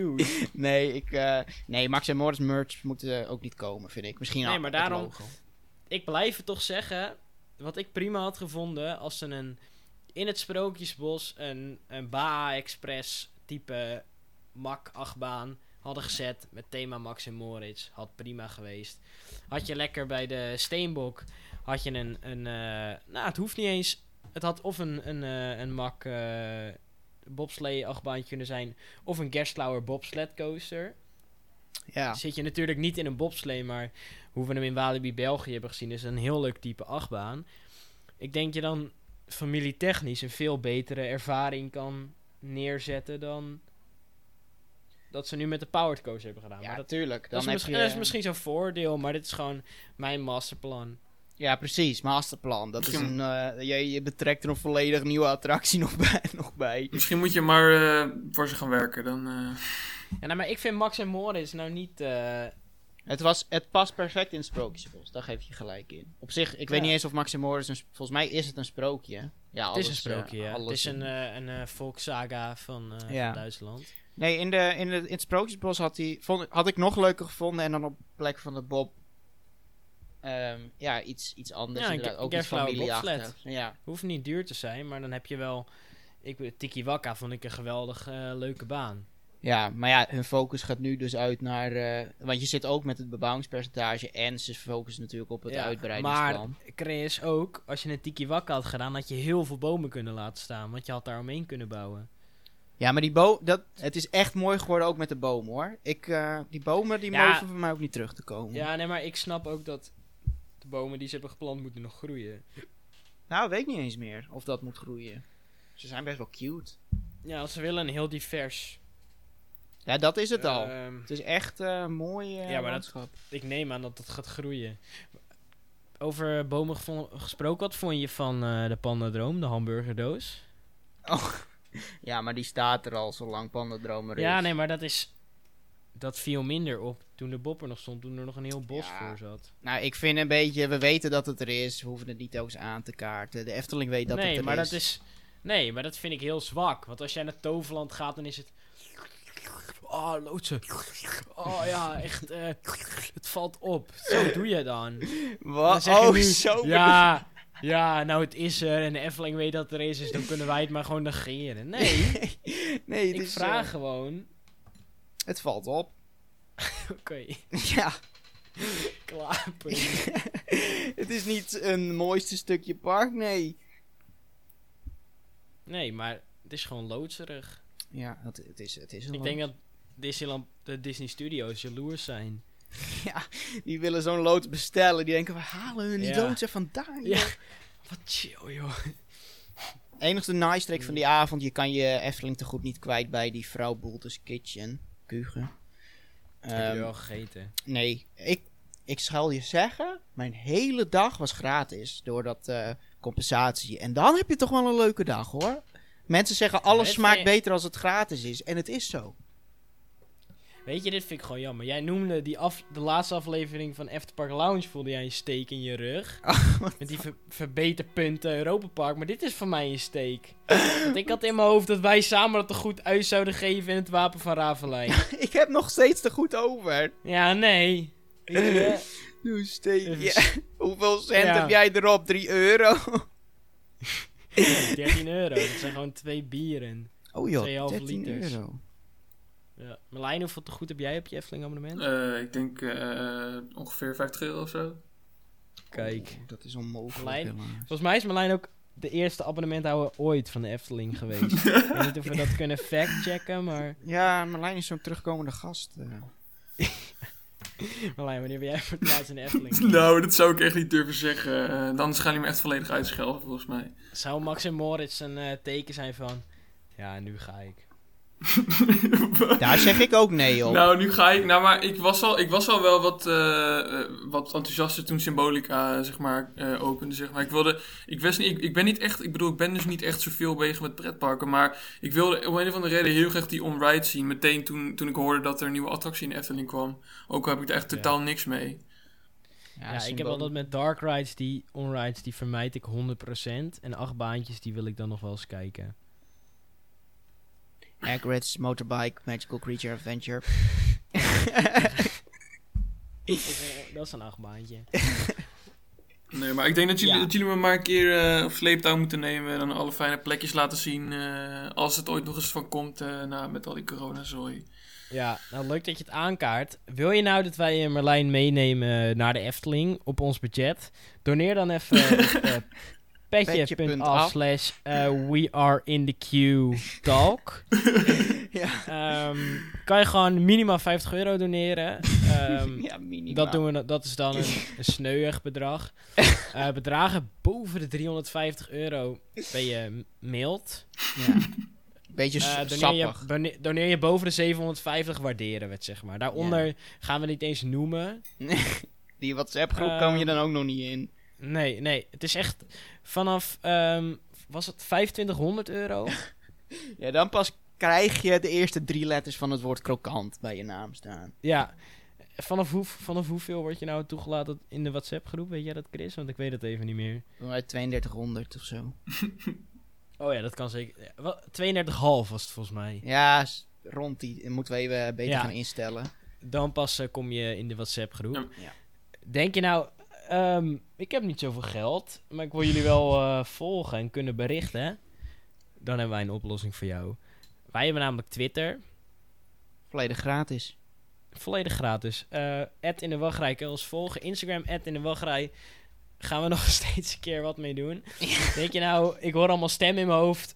Speaker 2: Nee, Max en Moritz merch moeten ook niet komen, vind ik. Misschien
Speaker 1: Nee,
Speaker 2: al
Speaker 1: maar
Speaker 2: het
Speaker 1: daarom-
Speaker 2: logo.
Speaker 1: Ik blijf het toch zeggen, wat ik prima had gevonden als ze in het Sprookjesbos een Baha Express type mak achtbaan hadden gezet met thema Max en Moritz. Had prima geweest. Had je lekker bij de Steenbok, had je nou het hoeft niet eens, het had of een mak bobslee achtbaantje kunnen zijn, of een Gerstlauer bobsled coaster.
Speaker 2: Ja.
Speaker 1: Zit je natuurlijk niet in een bobslee, maar hoe we hem in Walibi België hebben gezien, is een heel leuk type achtbaan. Ik denk je dan familietechnisch een veel betere ervaring kan neerzetten dan dat ze nu met de Powered Coaster hebben gedaan.
Speaker 2: Ja,
Speaker 1: maar
Speaker 2: natuurlijk.
Speaker 1: dat is misschien zo'n voordeel, maar dit is gewoon mijn masterplan.
Speaker 2: Ja, precies. Masterplan. Dat is
Speaker 3: Misschien-
Speaker 2: je betrekt er een volledig nieuwe attractie nog bij.
Speaker 3: Misschien moet je maar voor ze gaan werken. Dan,
Speaker 1: Ja, nou, maar ik vind Max en Moritz nou niet...
Speaker 2: Het past perfect in het Sprookjesbos. Daar geef je gelijk in. Op zich, ik weet niet eens of Max en Moritz... Volgens mij is het een sprookje. Ja,
Speaker 1: het is een sprookje, ja. Het
Speaker 2: alles
Speaker 1: is een volkssaga van
Speaker 2: Ja.
Speaker 1: Duitsland.
Speaker 2: Nee, in het Sprookjesbos had ik nog leuker gevonden. En dan op plek van de Bob... iets anders.
Speaker 1: Ja,
Speaker 2: inderdaad.
Speaker 1: een
Speaker 2: Ook iets
Speaker 1: Gerflauer
Speaker 2: familieachtig.
Speaker 1: bobsled.
Speaker 2: Ja.
Speaker 1: Hoeft niet duur te zijn, maar dan heb je wel... Tiki Waka vond ik een geweldig leuke baan.
Speaker 2: Ja, maar ja, hun focus gaat nu dus uit naar... want je zit ook met het bebouwingspercentage... en ze focussen natuurlijk op het uitbreidingsplan.
Speaker 1: Maar Chris, ook, als je een Tiki Waka had gedaan... had je heel veel bomen kunnen laten staan. Want je had daar omheen kunnen bouwen.
Speaker 2: Ja, maar het is echt mooi geworden ook met de bomen, hoor. Die bomen, die
Speaker 1: Ja.
Speaker 2: mogen voor mij ook niet terug te komen.
Speaker 1: Ja, nee, maar ik snap ook dat de bomen die ze hebben geplant moeten nog groeien.
Speaker 2: Nou, weet ik niet eens meer of dat moet groeien. Ze zijn best wel cute.
Speaker 1: Ja, ze willen een heel divers.
Speaker 2: Ja, dat is het al.
Speaker 1: Ehm,
Speaker 2: Het is echt mooi
Speaker 1: Ja, maar dat-
Speaker 2: landschap.
Speaker 1: ik neem aan dat het gaat groeien. Over bomen gesproken, wat vond je van de Pandadroom, de hamburgerdoos?
Speaker 2: Ja, maar die staat er al zolang Pandadroom er is.
Speaker 1: Ja, nee, maar dat viel minder op toen de Bob er nog stond, toen er nog een heel bos
Speaker 2: Ja.
Speaker 1: voor zat.
Speaker 2: Nou, ik vind een beetje, we weten dat het er is. We hoeven het niet ook eens aan te kaarten. De Efteling weet dat
Speaker 1: nee,
Speaker 2: het er
Speaker 1: maar
Speaker 2: is.
Speaker 1: Nee, maar dat vind ik heel zwak. Want als jij naar Toverland gaat, dan is het... Oh, loodsen. Oh ja, echt. Het valt op. Zo doe je dan.
Speaker 2: Wat?
Speaker 1: Dan zeg je
Speaker 2: Oh,
Speaker 1: nu,
Speaker 2: zo.
Speaker 1: ja, nou het is er en de Efteling weet dat het er is, dus dan kunnen wij het maar gewoon negeren. Nee,
Speaker 2: Nee, het
Speaker 1: ik
Speaker 2: is,
Speaker 1: vraag gewoon.
Speaker 2: het valt op.
Speaker 1: Oké,
Speaker 2: Ja.
Speaker 1: klaar.
Speaker 2: Het is niet een mooiste stukje park, nee.
Speaker 1: Nee, maar het is gewoon loodserig.
Speaker 2: Ja, het is een
Speaker 1: Ik denk dat de Disney Studios jaloers zijn.
Speaker 2: Ja, die willen zo'n loods bestellen. Die denken, waar halen hun die
Speaker 1: Ja.
Speaker 2: loods er vandaan?
Speaker 1: Ja.
Speaker 2: joh?
Speaker 1: Wat chill, joh.
Speaker 2: Enigste nice-track van die avond, je kan je Efteling te goed niet kwijt bij die vrouw Boeltes Kitchen. Kuchen.
Speaker 1: Heb je wel gegeten?
Speaker 2: Nee, ik zal je zeggen, mijn hele dag was gratis door dat compensatie. En dan heb je toch wel een leuke dag, hoor. Mensen zeggen, alles
Speaker 1: dit
Speaker 2: smaakt
Speaker 1: vind je-
Speaker 2: beter als het gratis is. En het is zo.
Speaker 1: Weet je, dit vind ik gewoon jammer. Jij noemde de laatste aflevering van Efterpark Lounge, voelde jij een steek in je rug. Met die verbeterpunten Europa Park. Maar dit is voor mij een steek. Want ik had in mijn hoofd dat wij samen dat er goed uit zouden geven in het Wapen van Ravelijn.
Speaker 2: Ik heb nog steeds te goed over.
Speaker 1: Ja, nee. Weet je,
Speaker 2: Doe steekje.
Speaker 1: Dus-
Speaker 2: Hoeveel cent
Speaker 1: Ja.
Speaker 2: heb jij erop? 3 euro?
Speaker 1: 13 euro. Dat zijn gewoon 2 bieren.
Speaker 2: Oh joh,
Speaker 1: 2,5
Speaker 2: 13
Speaker 1: liters.
Speaker 2: euro.
Speaker 1: Ja. Marlijn, hoeveel te goed heb jij op je Efteling abonnement?
Speaker 3: Ik denk ongeveer 50 euro of zo.
Speaker 1: Kijk.
Speaker 2: Oh, dat is onmogelijk,
Speaker 1: Marlijn,
Speaker 2: helaas.
Speaker 1: Volgens mij is Marlijn ook de eerste abonnementhouder ooit van de Efteling geweest. Ik weet niet of we dat kunnen factchecken, maar...
Speaker 2: Ja, Marlijn is zo'n terugkomende gast.
Speaker 1: Marlijn, wanneer ben jij voor het laatst in de Efteling?
Speaker 3: Nou, dat zou ik echt niet durven zeggen. Dan gaan die me echt volledig uitschelden, volgens mij.
Speaker 1: Zou Max en Moritz een teken zijn van... Ja, nu ga ik.
Speaker 2: Daar zeg ik ook nee op.
Speaker 3: Nou, nu ga ik. Nou, maar ik was al wel wat enthousiaster toen Symbolica, zeg maar, opende, zeg maar. Ik ben niet echt, ik bedoel, ik ben dus niet echt zoveel bezig met pretparken, maar ik wilde om een of andere reden heel graag die on-ride zien. Meteen toen ik hoorde dat er een nieuwe attractie in de Efteling kwam. Ook al heb ik er echt totaal niks mee.
Speaker 1: Ja, ik heb altijd met dark rides, die on-rides, die vermijd ik 100%. En 8 baantjes, die wil ik dan nog wel eens kijken.
Speaker 2: Hagrid's Motorbike Magical Creature Adventure.
Speaker 1: Dat is een 8 baantje.
Speaker 3: Nee, maar ik denk dat
Speaker 1: Ja.
Speaker 3: jullie me maar een keer op sleeptouw moeten nemen en dan alle fijne plekjes laten zien. Als het ooit nog eens van komt, met al die coronazooi.
Speaker 1: Ja, nou leuk dat je het aankaart. Wil je nou dat wij Marlijn meenemen naar de Efteling op ons budget? Doneer dan even op petje.af/ we are in the queue talk.
Speaker 2: Ja.
Speaker 1: Kan je gewoon minimaal €50 doneren.
Speaker 2: Ja, minimaal.
Speaker 1: Dat is dan een sneuig bedrag. Bedragen boven de €350 ben je mild.
Speaker 2: Ja. Beetje sappig.
Speaker 1: Doneer je boven de 750, waarderen we het, zeg maar. Daaronder gaan we niet eens noemen.
Speaker 2: Die WhatsApp groep kom je dan ook nog niet in.
Speaker 1: Nee. Het is echt vanaf, was het €2500?
Speaker 2: Ja, dan pas krijg je de eerste 3 letters van het woord krokant bij je naam staan.
Speaker 1: Ja. Vanaf hoeveel word je nou toegelaten in de WhatsApp groep? Weet jij dat, Chris? Want ik weet het even niet meer.
Speaker 2: Uit 3200 of zo.
Speaker 1: Oh ja, dat kan zeker. Ja, 32,5 was het volgens mij.
Speaker 2: Ja, rond die. Moeten we even beter
Speaker 1: Ja.
Speaker 2: gaan instellen.
Speaker 1: Dan pas kom je in de WhatsApp groep.
Speaker 3: Ja.
Speaker 1: Denk je nou, ik heb niet zoveel geld, maar ik wil jullie wel volgen en kunnen berichten. Dan hebben wij een oplossing voor jou. Wij hebben namelijk Twitter.
Speaker 2: Volledig gratis.
Speaker 1: Volledig gratis. In de Wachtrij kan je ons volgen. Instagram in de Wachtrij. Gaan we nog steeds een keer wat mee doen. Denk je nou, ik hoor allemaal stemmen in mijn hoofd.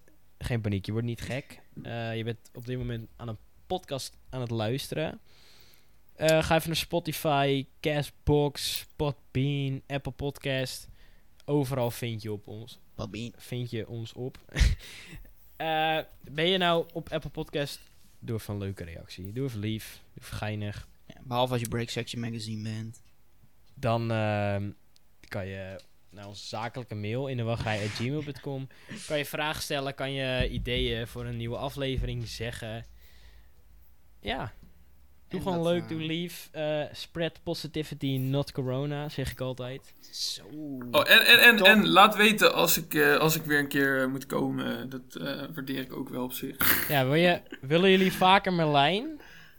Speaker 1: geen paniek, je wordt niet gek. Je bent op dit moment aan een podcast aan het luisteren. Ga even naar Spotify, Castbox, Podbean, Apple Podcast. Overal vind je ons op. Ben je nou op Apple Podcast? Doe even een leuke reactie. Doe even lief. Doe even geinig.
Speaker 2: Ja, behalve als je Break Section Magazine bent.
Speaker 1: Dan kan je naar onze zakelijke mail in de wachtrij@gmail.com. Kan je vragen stellen, kan je ideeën voor een nieuwe aflevering zeggen. Ja. Doe
Speaker 2: En
Speaker 1: gewoon
Speaker 2: dat,
Speaker 1: leuk, doe lief. Spread positivity, not corona, zeg ik altijd.
Speaker 2: Zo.
Speaker 3: Oh, en laat weten als ik weer een keer moet komen. Dat waardeer ik ook wel op zich.
Speaker 1: Ja, willen jullie vaker Merlijn?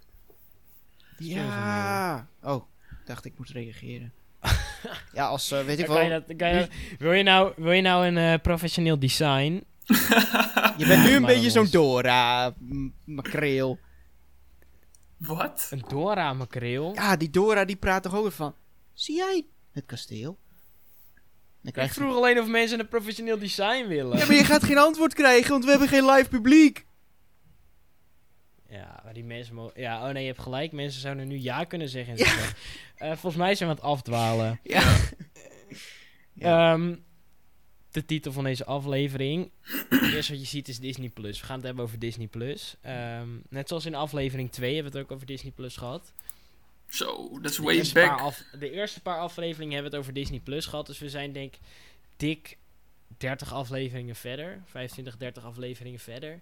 Speaker 2: Ja. Oh, ik dacht ik moet reageren. Ja, als weet ik
Speaker 1: Dan
Speaker 2: wel.
Speaker 1: Wil je nou een professioneel design?
Speaker 2: Je bent nu een
Speaker 1: maar
Speaker 2: beetje
Speaker 1: dan
Speaker 2: zo'n
Speaker 1: ons.
Speaker 2: Dora makreel.
Speaker 3: Wat?
Speaker 1: Een Dora makreel?
Speaker 2: Ja, die Dora die praat toch ook weer van. Zie jij het kasteel? Dan
Speaker 1: Ik
Speaker 2: krijg je...
Speaker 1: vroeg alleen of mensen een professioneel design willen.
Speaker 2: Ja, maar je gaat geen antwoord krijgen, want we hebben geen live publiek.
Speaker 1: Ja, maar die mensen mogen... Ja, oh nee, je hebt gelijk. Mensen zouden nu ja kunnen zeggen. En zeggen. Volgens mij zijn we aan het afdwalen.
Speaker 2: Ja. Ja.
Speaker 1: De titel van deze aflevering. Het eerste wat je ziet is Disney+. We gaan het hebben over Disney+. Net zoals in aflevering 2 hebben we het ook over Disney+ gehad.
Speaker 3: Zo, dat is
Speaker 1: De
Speaker 3: way
Speaker 1: eerste
Speaker 3: back.
Speaker 1: de eerste paar afleveringen hebben we het over Disney Plus gehad. Dus we zijn denk ik dik 30 afleveringen verder. 25, 30 afleveringen verder.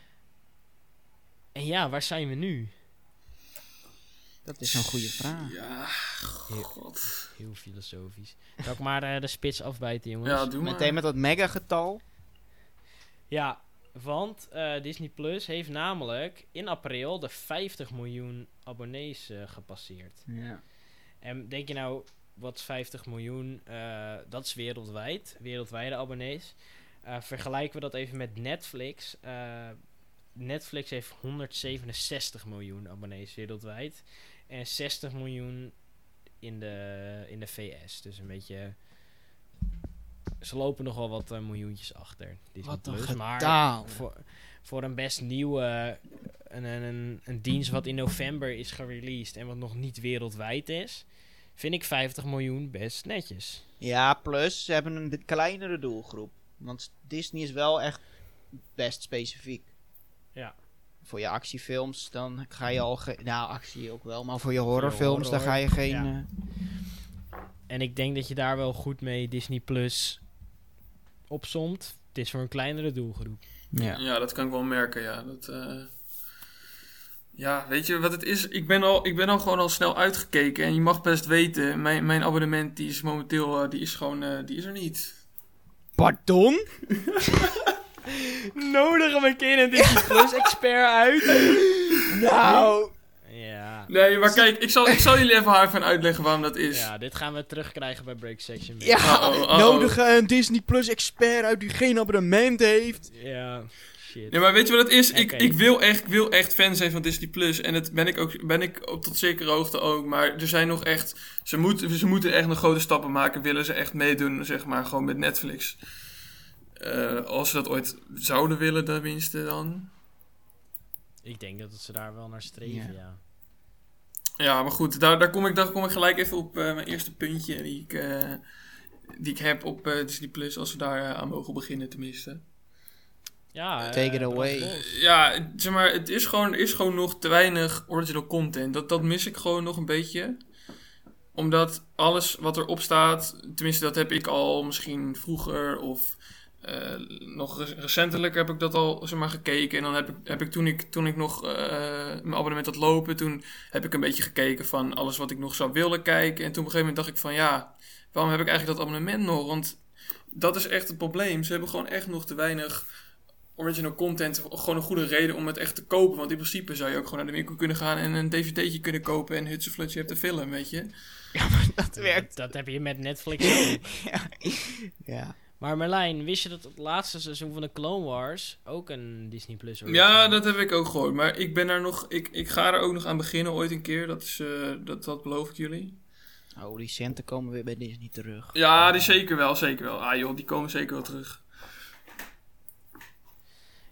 Speaker 1: En ja, waar zijn we nu?
Speaker 2: Dat is een goede vraag.
Speaker 3: Ja, god.
Speaker 1: Heel filosofisch. Zal ik maar de spits afbijten, jongens?
Speaker 3: Ja, doe maar.
Speaker 2: Meteen met dat megagetal.
Speaker 1: Ja, want Disney Plus heeft namelijk in april de 50 miljoen abonnees gepasseerd.
Speaker 2: Ja.
Speaker 1: En denk je nou, wat is 50 miljoen? Dat is wereldwijd. Wereldwijde abonnees. Vergelijken we dat even met Netflix. Netflix heeft 167 miljoen abonnees wereldwijd. En 60 miljoen in de VS. Dus een beetje... Ze lopen nog wel wat miljoentjes achter. Disney
Speaker 2: Wat een
Speaker 1: Plus,
Speaker 2: getal.
Speaker 1: maar voor een best nieuwe... Een dienst wat in november is gereleased en wat nog niet wereldwijd is... vind ik 50 miljoen best netjes.
Speaker 2: Ja, plus ze hebben een kleinere doelgroep. Want Disney is wel echt best specifiek.
Speaker 1: Ja.
Speaker 2: Voor je actiefilms, dan ga je al... Nou, actie ook wel. Maar voor je horrorfilms, dan ga je geen...
Speaker 1: ja. En ik denk dat je daar wel goed mee Disney Plus opsomt. Het is voor een kleinere doelgroep.
Speaker 3: Ja, dat kan ik wel merken, ja. Ja, weet je wat het is? Ik ben al gewoon al snel uitgekeken. En je mag best weten, mijn abonnement die is momenteel, die is er niet.
Speaker 2: Pardon?
Speaker 1: Nodig hem een keer een Disney Plus expert uit.
Speaker 2: Nou...
Speaker 1: Ja.
Speaker 3: Nee, maar kijk, ik zal jullie even hard van uitleggen waarom dat is.
Speaker 1: Ja, dit gaan we terugkrijgen bij Break Section.
Speaker 2: Ja, nodig een Disney Plus expert uit die geen abonnement heeft.
Speaker 1: Ja, shit.
Speaker 3: Nee, maar weet je wat het is?
Speaker 1: Oké.
Speaker 3: Ik wil echt fan zijn van Disney Plus. En dat ben ik op tot zekere hoogte ook. Maar er zijn nog echt... Ze moeten echt nog grote stappen maken. Willen ze echt meedoen, zeg maar, gewoon met Netflix. Als ze dat ooit zouden willen, tenminste dan. Ik
Speaker 1: denk dat ze daar wel naar streven, ja.
Speaker 3: Ja, maar goed, daar kom ik gelijk even op mijn eerste puntje die ik heb op Disney Plus, als we daar aan mogen beginnen tenminste.
Speaker 1: Ja,
Speaker 2: Take it away.
Speaker 3: Ja, zeg maar, er is gewoon nog te weinig original content. Dat mis ik gewoon nog een beetje. Omdat alles wat erop staat, tenminste dat heb ik al misschien vroeger of nog recentelijk heb ik dat al zeg maar gekeken. En dan heb ik toen ik nog mijn abonnement had lopen, toen heb ik een beetje gekeken van alles wat ik nog zou willen kijken. En toen op een gegeven moment dacht ik van ja, waarom heb ik eigenlijk dat abonnement nog? Want dat is echt het probleem. Ze hebben gewoon echt nog te weinig original content. Gewoon een goede reden om het echt te kopen. Want in principe zou je ook gewoon naar de winkel kunnen gaan en een dvd'tje kunnen kopen en hutseflutje hebt de film, weet je.
Speaker 2: Ja, maar dat werkt.
Speaker 1: Dat heb je met Netflix ook.
Speaker 2: Ja.
Speaker 1: Maar Merlijn, wist je dat het laatste seizoen van de Clone Wars ook een Disney Plus was?
Speaker 3: Ja, dat heb ik ook gehoord. Maar ik ben daar nog... Ik ga er ook nog aan beginnen ooit een keer. Dat beloof ik jullie.
Speaker 2: Oh, die centen komen weer bij Disney terug.
Speaker 3: Ja, die zeker wel. Ah joh, die komen zeker wel terug.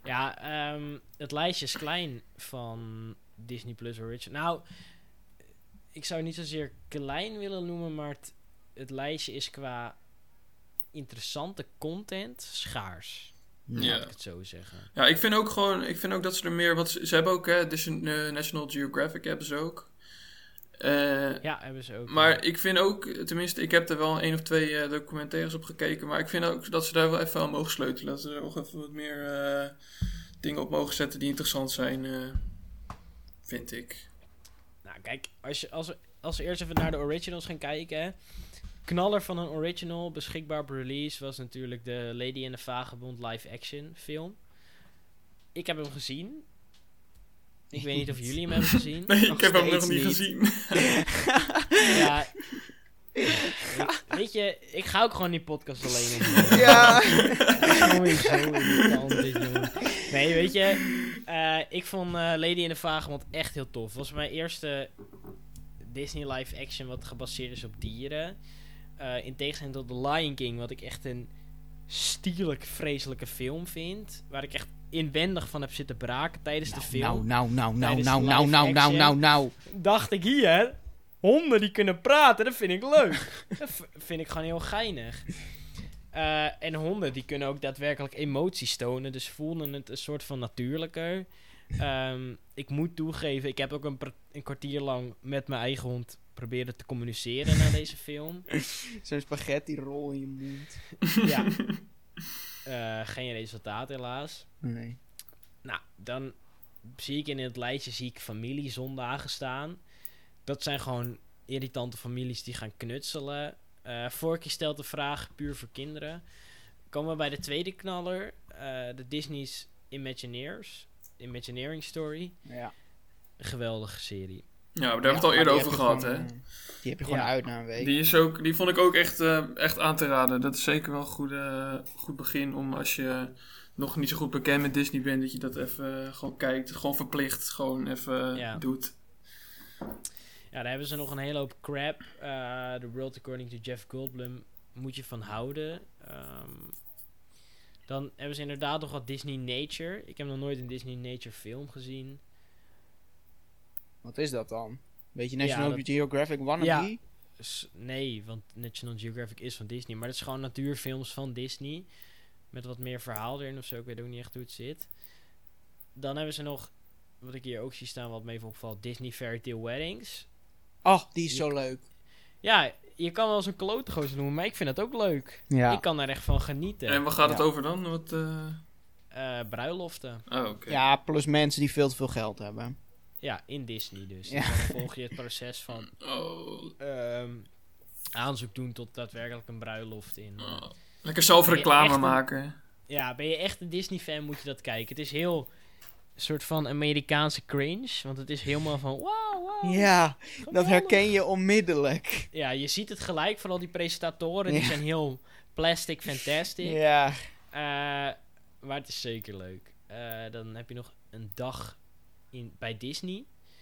Speaker 1: Ja, het lijstje is klein van Disney Plus Original. Nou, ik zou het niet zozeer klein willen noemen, maar het lijstje is qua interessante content schaars.
Speaker 3: Ja.
Speaker 1: Laat ik het zo zeggen.
Speaker 3: Ja, ik vind ook dat ze er meer... Ze hebben ook, hè, National Geographic hebben ze ook.
Speaker 1: Ja, hebben ze ook.
Speaker 3: Maar ik vind ook, tenminste, ik heb er wel 1 of 2 documentaires op gekeken. Maar ik vind ook dat ze daar wel even aan mogen sleutelen. Dat ze er nog even wat meer dingen op mogen zetten die interessant zijn, vind ik.
Speaker 1: Nou, kijk, als we eerst even naar de originals gaan kijken. Hè. Knaller van een original, beschikbaar op release, was natuurlijk de Lady and the Vagabond live-action film. Ik heb hem gezien. Ik weet niet of jullie hem hebben gezien.
Speaker 3: Nee,
Speaker 2: Nog
Speaker 3: ik heb hem nog
Speaker 2: steeds
Speaker 3: niet
Speaker 2: niet.
Speaker 3: gezien.
Speaker 1: Ja. Weet je, ik ga ook gewoon die podcast alleen doen.
Speaker 2: Ja.
Speaker 1: Sowieso irritant dit, jongen. Nee, weet je, ik vond Lady in the Vagabond echt heel tof. Het was mijn eerste Disney live action wat gebaseerd is op dieren. In tegenstelling tot The Lion King, wat ik echt een stierlijk vreselijke film vind. Waar ik echt inwendig van heb zitten braken tijdens de film.
Speaker 2: Nou.
Speaker 1: Dacht ik hier, honden die kunnen praten, dat vind ik leuk. Dat vind ik gewoon heel geinig. En honden die kunnen ook daadwerkelijk emoties tonen, dus voelden het een soort van natuurlijker. Ik moet toegeven, ik heb ook een kwartier lang met mijn eigen hond proberen te communiceren na deze film.
Speaker 2: Zo'n spaghetti rol in je mond.
Speaker 1: Ja. Geen resultaat helaas.
Speaker 2: Nee.
Speaker 1: Nou, dan zie ik in het lijstje familiezondagen staan. Dat zijn gewoon irritante families die gaan knutselen. Forky stelt de vraag puur voor kinderen. Komen we bij de tweede knaller. De Disney's Imagineering Story.
Speaker 2: Ja.
Speaker 1: Een geweldige serie.
Speaker 3: Ja, maar daar hebben we het al eerder over gehad, hè.
Speaker 2: Die heb je gewoon uit na een week.
Speaker 3: Die vond ik ook echt aan te raden. Dat is zeker wel een goed begin om als je nog niet zo goed bekend met Disney bent, dat je dat even gewoon kijkt. Gewoon verplicht, gewoon even doet.
Speaker 1: Ja, daar hebben ze nog een hele hoop crap. The World According to Jeff Goldblum moet je van houden. Dan hebben ze inderdaad nog wat Disney Nature. Ik heb nog nooit een Disney Nature film gezien.
Speaker 2: Wat is dat dan? Beetje National
Speaker 1: dat-
Speaker 2: Geographic wannabe?
Speaker 1: Ja. Nee, want National Geographic is van Disney. Maar dat is gewoon natuurfilms van Disney. Met wat meer verhaal erin of zo. Ik weet ook niet echt hoe het zit. Dan hebben ze nog, wat ik hier ook zie staan, wat me even opvalt. Disney Fairy Tale Weddings.
Speaker 2: Oh, die is zo leuk.
Speaker 1: Ja, je kan wel eens een klotegoos noemen, maar ik vind dat ook leuk.
Speaker 2: Ja.
Speaker 1: Ik kan er echt van genieten.
Speaker 3: En waar gaat het
Speaker 2: Ja.
Speaker 3: over dan?
Speaker 1: Bruiloften.
Speaker 3: Oh, oké.
Speaker 2: Ja, plus mensen die veel te veel geld hebben.
Speaker 1: Ja, in Disney dus.
Speaker 2: Ja.
Speaker 1: Dan volg je het proces van
Speaker 3: Oh,
Speaker 1: aanzoek doen tot daadwerkelijk een bruiloft in.
Speaker 3: oh. Lekker zelf
Speaker 1: Ben je
Speaker 3: reclame
Speaker 1: echt een-
Speaker 3: maken.
Speaker 1: Ja, ben je echt een Disney-fan, moet je dat kijken. Het is heel een soort van Amerikaanse cringe, want het is helemaal van wow,
Speaker 2: Ja, dat
Speaker 1: geweldig.
Speaker 2: herken je onmiddellijk.
Speaker 1: Ja, je ziet het gelijk van al die presentatoren, die
Speaker 2: Ja.
Speaker 1: zijn heel plastic fantastic.
Speaker 2: Ja.
Speaker 1: Maar het is zeker leuk. Dan heb je nog een dag bij Disney.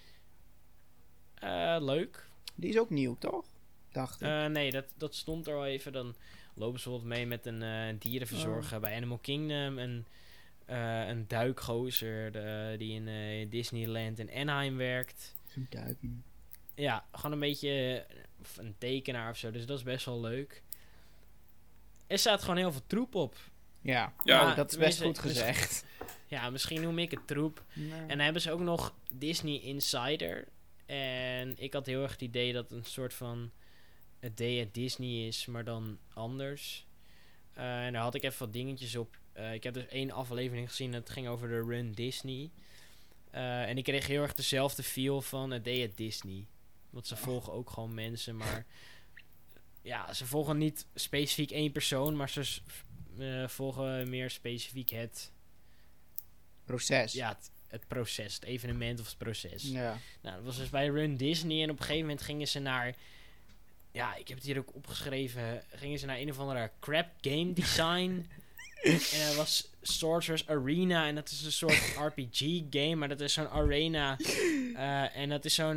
Speaker 1: Leuk.
Speaker 2: Die is ook nieuw, toch? Dacht ik.
Speaker 1: Nee, dat stond er al even. Dan lopen ze bijvoorbeeld mee met een dierenverzorger bij Animal Kingdom. Een duikgozer die in Disneyland in Anaheim werkt.
Speaker 2: Zo'n duiken.
Speaker 1: Ja, gewoon een beetje een tekenaar of zo. Dus dat is best wel leuk. Er staat gewoon heel veel troep op.
Speaker 2: Ja,
Speaker 3: Ja,
Speaker 2: oh, dat is best
Speaker 1: tenminste,
Speaker 2: goed gezegd.
Speaker 1: Ja, misschien noem ik het troep. En dan hebben ze ook nog Disney Insider. En ik had heel erg het idee dat het een soort van het Day at Disney is, maar dan anders. En daar had ik even wat dingetjes op. Ik heb dus 1 aflevering gezien, het ging over de Run Disney. En ik kreeg heel erg dezelfde feel van het Day at Disney. Want ze volgen ook gewoon mensen, maar ja, ze volgen niet specifiek 1 persoon, maar ze volgen meer specifiek het
Speaker 2: Proces.
Speaker 1: ja, het proces, het evenement of het proces.
Speaker 2: Ja.
Speaker 1: Nou, dat was dus bij Run Disney en op een gegeven moment gingen ze naar, ja, ik heb het hier ook opgeschreven, gingen ze naar een of andere crap game design. En dat was Sorcerer's Arena en dat is een soort RPG game, maar dat is zo'n arena en dat is zo'n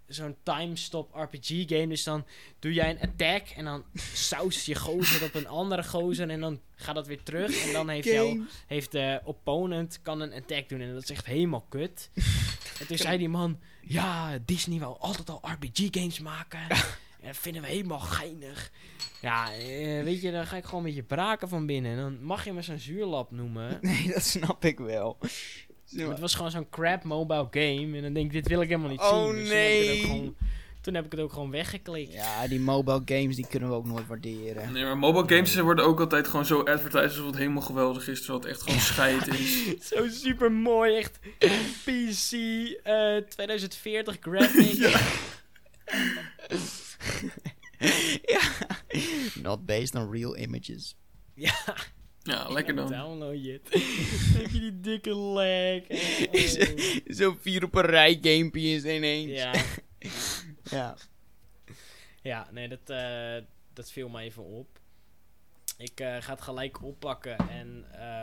Speaker 1: zo'n time-stop RPG game. Dus dan doe jij een attack en dan saus je gozer op een andere gozer en dan gaat dat weer terug. En dan heeft de opponent kan een attack doen en dat is echt helemaal kut. En toen zei die man, ja, Disney wou altijd al RPG-games maken. En dat vinden we helemaal geinig. Ja, weet je, daar ga ik gewoon een beetje braken van binnen. En dan mag je me zo'n zuurlap noemen.
Speaker 2: Nee, dat snap ik wel.
Speaker 1: Het was gewoon zo'n crap mobile game. En dan denk ik, dit wil ik helemaal niet zien.
Speaker 2: Oh
Speaker 1: Dus
Speaker 2: nee.
Speaker 1: toen heb ik het ook gewoon weggeklikt.
Speaker 2: Ja, die mobile games die kunnen we ook nooit waarderen.
Speaker 3: Nee, maar mobile games worden ook altijd gewoon zo advertised alsof het helemaal geweldig is, terwijl het echt gewoon scheid is.
Speaker 1: Zo super mooi, echt PC 2040 graphics.
Speaker 2: Ja. Not based on real images.
Speaker 1: Ja.
Speaker 3: Ja, lekker dan.
Speaker 1: Download je het. Heb je die dikke lag.
Speaker 2: Zo'n 4 op een rij gamepje is ineens.
Speaker 1: Ja.
Speaker 2: Ja.
Speaker 1: Ja, nee, dat viel me even op. Ik ga het gelijk oppakken. En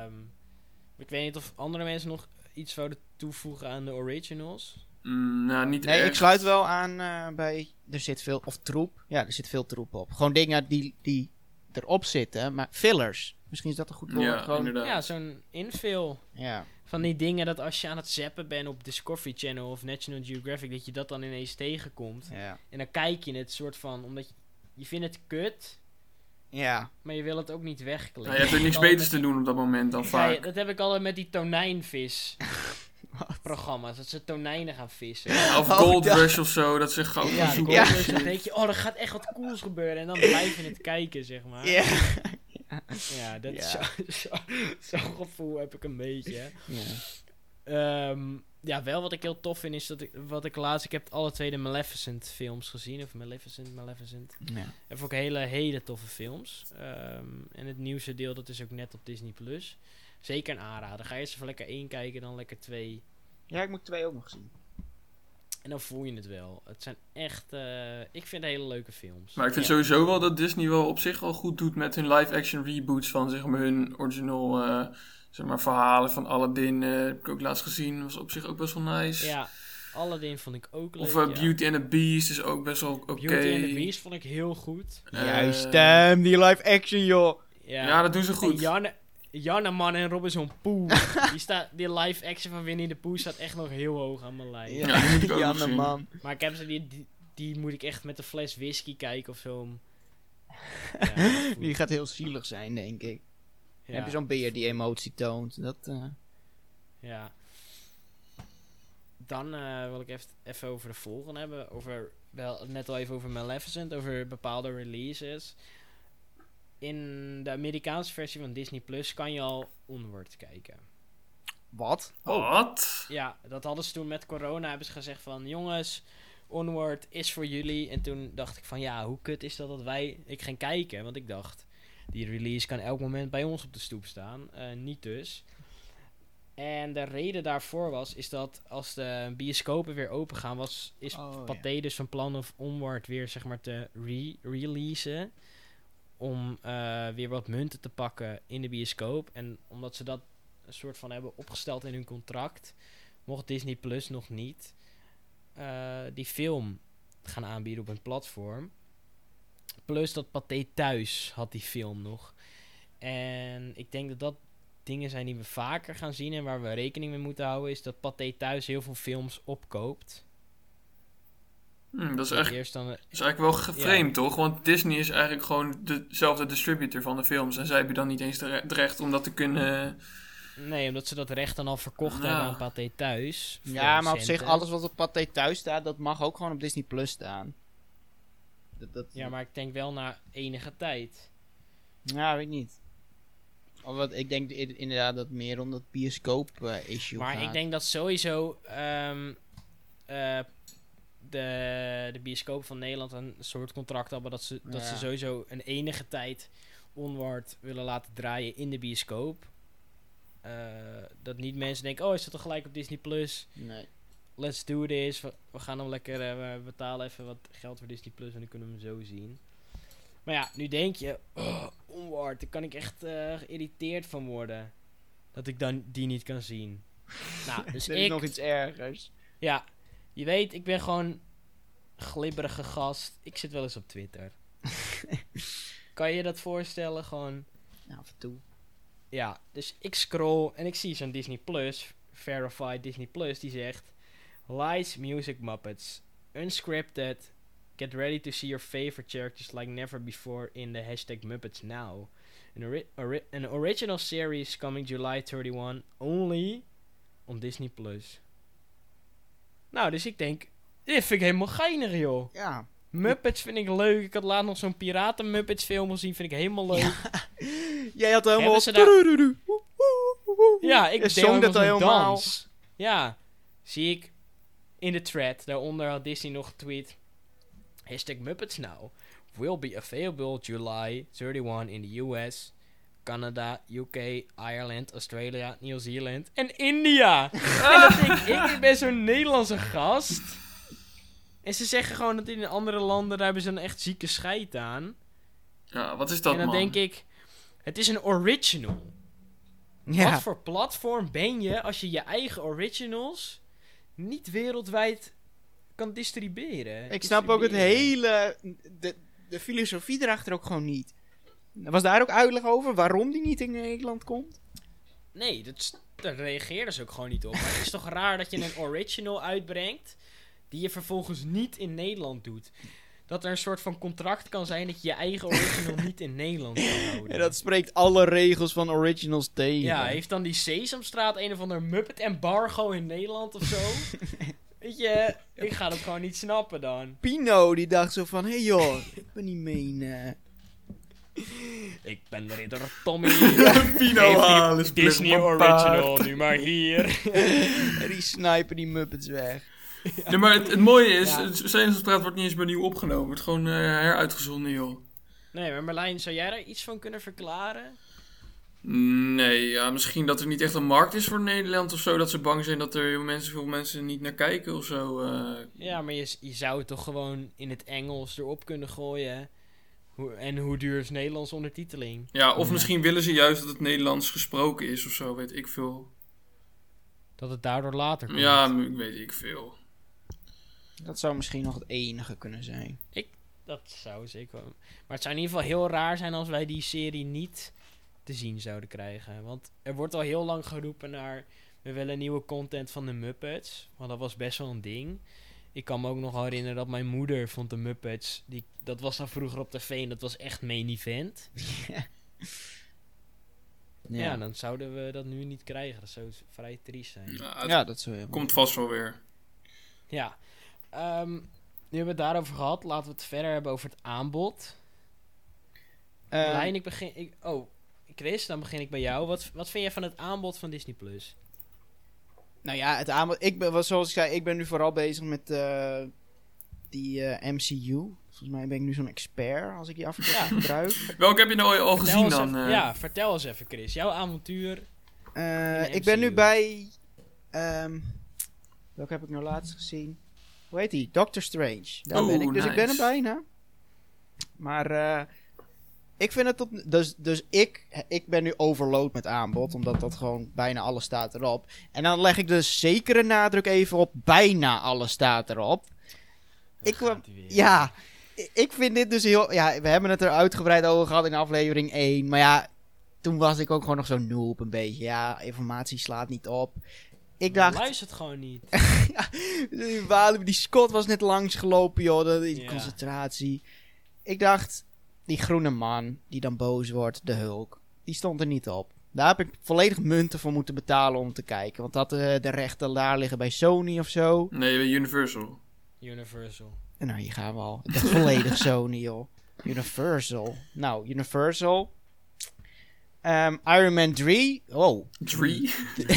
Speaker 1: ik weet niet of andere mensen nog iets zouden toevoegen aan de originals.
Speaker 3: Nou, niet
Speaker 2: Nee,
Speaker 3: echt.
Speaker 2: ik sluit wel aan bij... Er zit veel... Of troep. Ja, er zit veel troep op. Gewoon dingen die erop zitten. Maar fillers. Misschien is dat een goed woord.
Speaker 3: Ja,
Speaker 2: Gewoon,
Speaker 3: inderdaad.
Speaker 1: Ja, zo'n infill.
Speaker 2: ja.
Speaker 1: Van die dingen dat als je aan het zappen bent op Discovery Channel of National Geographic, dat je dat dan ineens tegenkomt.
Speaker 2: Ja.
Speaker 1: En dan kijk je het soort van, omdat je vindt het kut,
Speaker 2: Ja.
Speaker 1: maar je wil het ook niet wegklikken.
Speaker 3: Nou, je hebt ook niks beters te doen op dat moment dan vaak.
Speaker 1: Dat heb ik altijd met die tonijnvis programma's, dat ze tonijnen gaan vissen.
Speaker 3: Of Gold Rush of zo, dat ze goud
Speaker 1: Ja,
Speaker 3: zoeken.
Speaker 2: Ja.
Speaker 1: dus dan denk je, oh, er gaat echt wat cools gebeuren. En dan blijf je het kijken, zeg maar.
Speaker 2: Ja.
Speaker 1: Ja, dat is
Speaker 2: Ja.
Speaker 1: zo'n gevoel heb ik een beetje.
Speaker 2: Ja.
Speaker 1: Ja, wel wat ik heel tof vind is dat ik heb alle twee de Maleficent films gezien. Of Maleficent.
Speaker 2: Ja.
Speaker 1: Dat vond ik hele toffe films. En het nieuwste deel, dat is ook net op Disney+. Zeker een aanrader. Ga eerst even lekker 1 kijken, dan lekker 2.
Speaker 2: Ja, ik moet 2 ook nog zien.
Speaker 1: En dan voel je het wel. Het zijn echt, ik vind hele leuke films.
Speaker 3: Maar ik vind sowieso wel dat Disney wel op zich wel goed doet met hun live-action reboots van zeg maar hun original zeg maar verhalen van Aladdin. Heb ik ook laatst gezien. Was op zich ook best wel nice.
Speaker 1: Ja, Aladdin vond ik ook leuk.
Speaker 3: Of
Speaker 1: ja.
Speaker 3: Beauty and the Beast is ook best wel oké.
Speaker 1: Beauty and the Beast vond ik heel goed.
Speaker 2: Juist, die live action, joh.
Speaker 3: Ja, dat doen ze goed.
Speaker 1: En Janneman en Robinson Pooh. die live action van Winnie the Pooh staat echt nog heel hoog aan mijn lijst.
Speaker 3: Ja, die moet ik ook nog zien.
Speaker 2: man.
Speaker 1: Maar ik heb ze die moet ik echt met een fles whisky kijken of zo. Ja,
Speaker 2: Die gaat heel zielig zijn, denk ik.
Speaker 1: ja,
Speaker 2: Heb je zo'n beer die emotie toont? Dat,
Speaker 1: ja. Dan wil ik even over de volgende hebben. Net al even over Maleficent, over bepaalde releases. In de Amerikaanse versie van Disney Plus kan je al Onward kijken.
Speaker 2: Wat?
Speaker 3: Wat?
Speaker 1: Ja, dat hadden ze toen met corona. Hebben ze gezegd van, jongens, Onward is voor jullie. En toen dacht ik van, ja, hoe kut is dat ik ging kijken. Want ik dacht, die release kan elk moment bij ons op de stoep staan. Niet dus. En de reden daarvoor is dat als de bioscopen weer open gaan, is Pathé dus van plan om Onward weer zeg maar te releasen. Om weer wat munten te pakken in de bioscoop. En omdat ze dat een soort van hebben opgesteld in hun contract, mocht Disney Plus nog niet die film gaan aanbieden op een platform. Plus dat Pathé Thuis had die film nog. En ik denk dat dingen zijn die we vaker gaan zien en waar we rekening mee moeten houden, is dat Pathé Thuis heel veel films opkoopt.
Speaker 3: Dat is eigenlijk wel geframed,
Speaker 1: Ja.
Speaker 3: toch? Want Disney is eigenlijk gewoon dezelfde distributor van de films. En zij hebben dan niet eens het recht om dat te kunnen...
Speaker 1: Nee, omdat ze dat recht dan al verkocht hebben aan Pathé Thuis.
Speaker 2: Ja, maar op
Speaker 1: centen.
Speaker 2: zich, alles wat op Pathé Thuis staat, dat mag ook gewoon op Disney Plus staan.
Speaker 1: Ja, maar ik denk wel na enige tijd.
Speaker 2: Ja, weet ik niet. Of wat, ik denk inderdaad dat meer om dat bioscoop-issue
Speaker 1: Maar
Speaker 2: gaat.
Speaker 1: ik denk dat sowieso de bioscoop van Nederland een soort contract hebben dat ze sowieso een enige tijd Onward willen laten draaien in de bioscoop. Dat niet mensen denken, oh, is dat toch gelijk op Disney Plus?
Speaker 2: Nee.
Speaker 1: Let's do this. We gaan hem lekker, we betalen even wat geld voor Disney Plus en dan kunnen we hem zo zien. Maar ja, nu denk je, Onward, daar kan ik echt geïrriteerd van worden. Dat ik dan die niet kan zien. Nou, dus
Speaker 2: er is nog iets ergers.
Speaker 1: Ja, je weet, ik ben gewoon glibberige gast. Ik zit wel eens op Twitter. Kan je dat voorstellen? Gewoon,
Speaker 2: Ja, af en toe.
Speaker 1: ja, dus ik scroll en ik zie zo'n Disney Plus, verified Disney Plus, die zegt: Lies, Music, Muppets, unscripted. Get ready to see your favorite characters like never before in the hashtag Muppets Now. An original series coming July 31 only on Disney Plus. Nou, dus ik denk, dit vind ik helemaal geinig, joh.
Speaker 2: Ja.
Speaker 1: Muppets vind ik leuk. Ik had laatst nog zo'n Piraten Muppets film gezien, vind ik helemaal leuk.
Speaker 2: Jij had helemaal...
Speaker 1: Hebben ze daar- Ja, ik
Speaker 2: Je
Speaker 1: deed
Speaker 2: zong dat
Speaker 1: helemaal zo'n
Speaker 2: helemaal.
Speaker 1: dans. Ja, zie ik in de thread. Daaronder had Disney nog getweet. Hashtag Muppets Now will be available July 31 in the US, Canada, UK, Ireland, Australia, New Zealand en India. En dan denk ik ben zo'n Nederlandse gast. En ze zeggen gewoon dat in andere landen, daar hebben ze een echt zieke scheid aan.
Speaker 3: Ja, wat is dat,
Speaker 1: En dan
Speaker 3: man?
Speaker 1: denk ik, het is een original.
Speaker 2: Ja.
Speaker 1: Wat voor platform ben je als je je eigen originals niet wereldwijd kan distribueren?
Speaker 2: Ik snap ook het hele... De filosofie erachter ook gewoon niet. Was daar ook uitleg over waarom die niet in Nederland komt?
Speaker 1: Nee, daar reageerden ze ook gewoon niet op. Maar het is toch raar dat je een original uitbrengt die je vervolgens niet in Nederland doet. Dat er een soort van contract kan zijn dat je je eigen original niet in Nederland kan houden.
Speaker 2: En dat spreekt alle regels van originals tegen.
Speaker 1: Ja, heeft dan die Sesamstraat een of ander Muppet embargo in Nederland of zo? Weet je, ik ga dat gewoon niet snappen dan.
Speaker 2: Pino die dacht zo van, hé joh, ik ben niet mee.
Speaker 1: Ik ben de ridder Tommy.
Speaker 3: Pino halen, split
Speaker 1: Disney
Speaker 3: op mijn paard.
Speaker 1: original, nu maar hier.
Speaker 2: En die snipen die Muppets weg.
Speaker 3: Nee, maar het mooie is,
Speaker 1: Ja.
Speaker 3: Sesamstraat wordt niet eens meer nieuw opgenomen. Het wordt gewoon heruitgezonden, joh.
Speaker 1: Nee, maar Marlijn, zou jij daar iets van kunnen verklaren?
Speaker 3: Nee, ja, misschien dat er niet echt een markt is voor Nederland of zo. Dat ze bang zijn dat er veel mensen niet naar kijken of zo.
Speaker 1: Ja, maar je zou het toch gewoon in het Engels erop kunnen gooien. En hoe duur is Nederlands ondertiteling?
Speaker 3: Ja, of misschien willen ze juist dat het Nederlands gesproken is of zo, weet ik veel.
Speaker 1: Dat het daardoor later komt.
Speaker 3: Ja, weet ik veel.
Speaker 2: Dat zou misschien nog het enige kunnen zijn.
Speaker 1: Dat zou zeker wel. Maar het zou in ieder geval heel raar zijn als wij die serie niet te zien zouden krijgen. Want er wordt al heel lang geroepen naar... We willen nieuwe content van de Muppets. Want dat was best wel een ding. Ik kan me ook nog herinneren dat mijn moeder vond de Muppets... Dat was dan vroeger op tv en dat was echt main event. Ja, dan zouden we dat nu niet krijgen. Dat zou vrij triest zijn.
Speaker 3: Ja, het
Speaker 2: Ja, dat zou je.
Speaker 3: komt vast wel weer.
Speaker 1: Ja. Nu hebben we het daarover gehad. Laten we het verder hebben over het aanbod. Lijn, Chris, dan begin ik bij jou. Wat vind jij van het aanbod van Disney+. Plus?
Speaker 2: Nou ja, het aanbod. Zoals ik zei, ik ben nu vooral bezig met die MCU. Volgens mij ben ik nu zo'n expert als ik die af en toe gebruik.
Speaker 3: Welke heb je nou al gezien dan?
Speaker 1: Vertel eens even, Chris. Jouw avontuur.
Speaker 2: Ik ben nu
Speaker 1: MCU.
Speaker 2: bij... welke heb ik nou laatst gezien? Hoe heet die? Doctor Strange. Daar ben ik. Dus ik ben er
Speaker 3: nice.
Speaker 2: bijna. Maar ik vind het tot... Dus ik ben nu overload met aanbod. Omdat dat gewoon bijna alles staat erop. En dan leg ik dus zekere nadruk even op bijna alles staat erop. Ja, ik vind dit dus heel... Ja, we hebben het er uitgebreid over gehad in aflevering 1. Maar ja, toen was ik ook gewoon nog zo noob een beetje. Ja, informatie slaat niet op. Ik dacht...
Speaker 1: Luister het gewoon niet.
Speaker 2: Die Scott was net langsgelopen, joh. Die
Speaker 1: Ja.
Speaker 2: concentratie. Ik dacht, die groene man die dan boos wordt, de Hulk, die stond er niet op. Daar heb ik volledig munten voor moeten betalen om te kijken. Want dat de rechten daar liggen bij Sony of zo.
Speaker 3: Nee, bij Universal.
Speaker 1: Universal.
Speaker 2: En nou, hier gaan we al. Het is volledig Sony, joh. Universal. Nou, Universal. Iron Man 3. Oh.
Speaker 3: 3?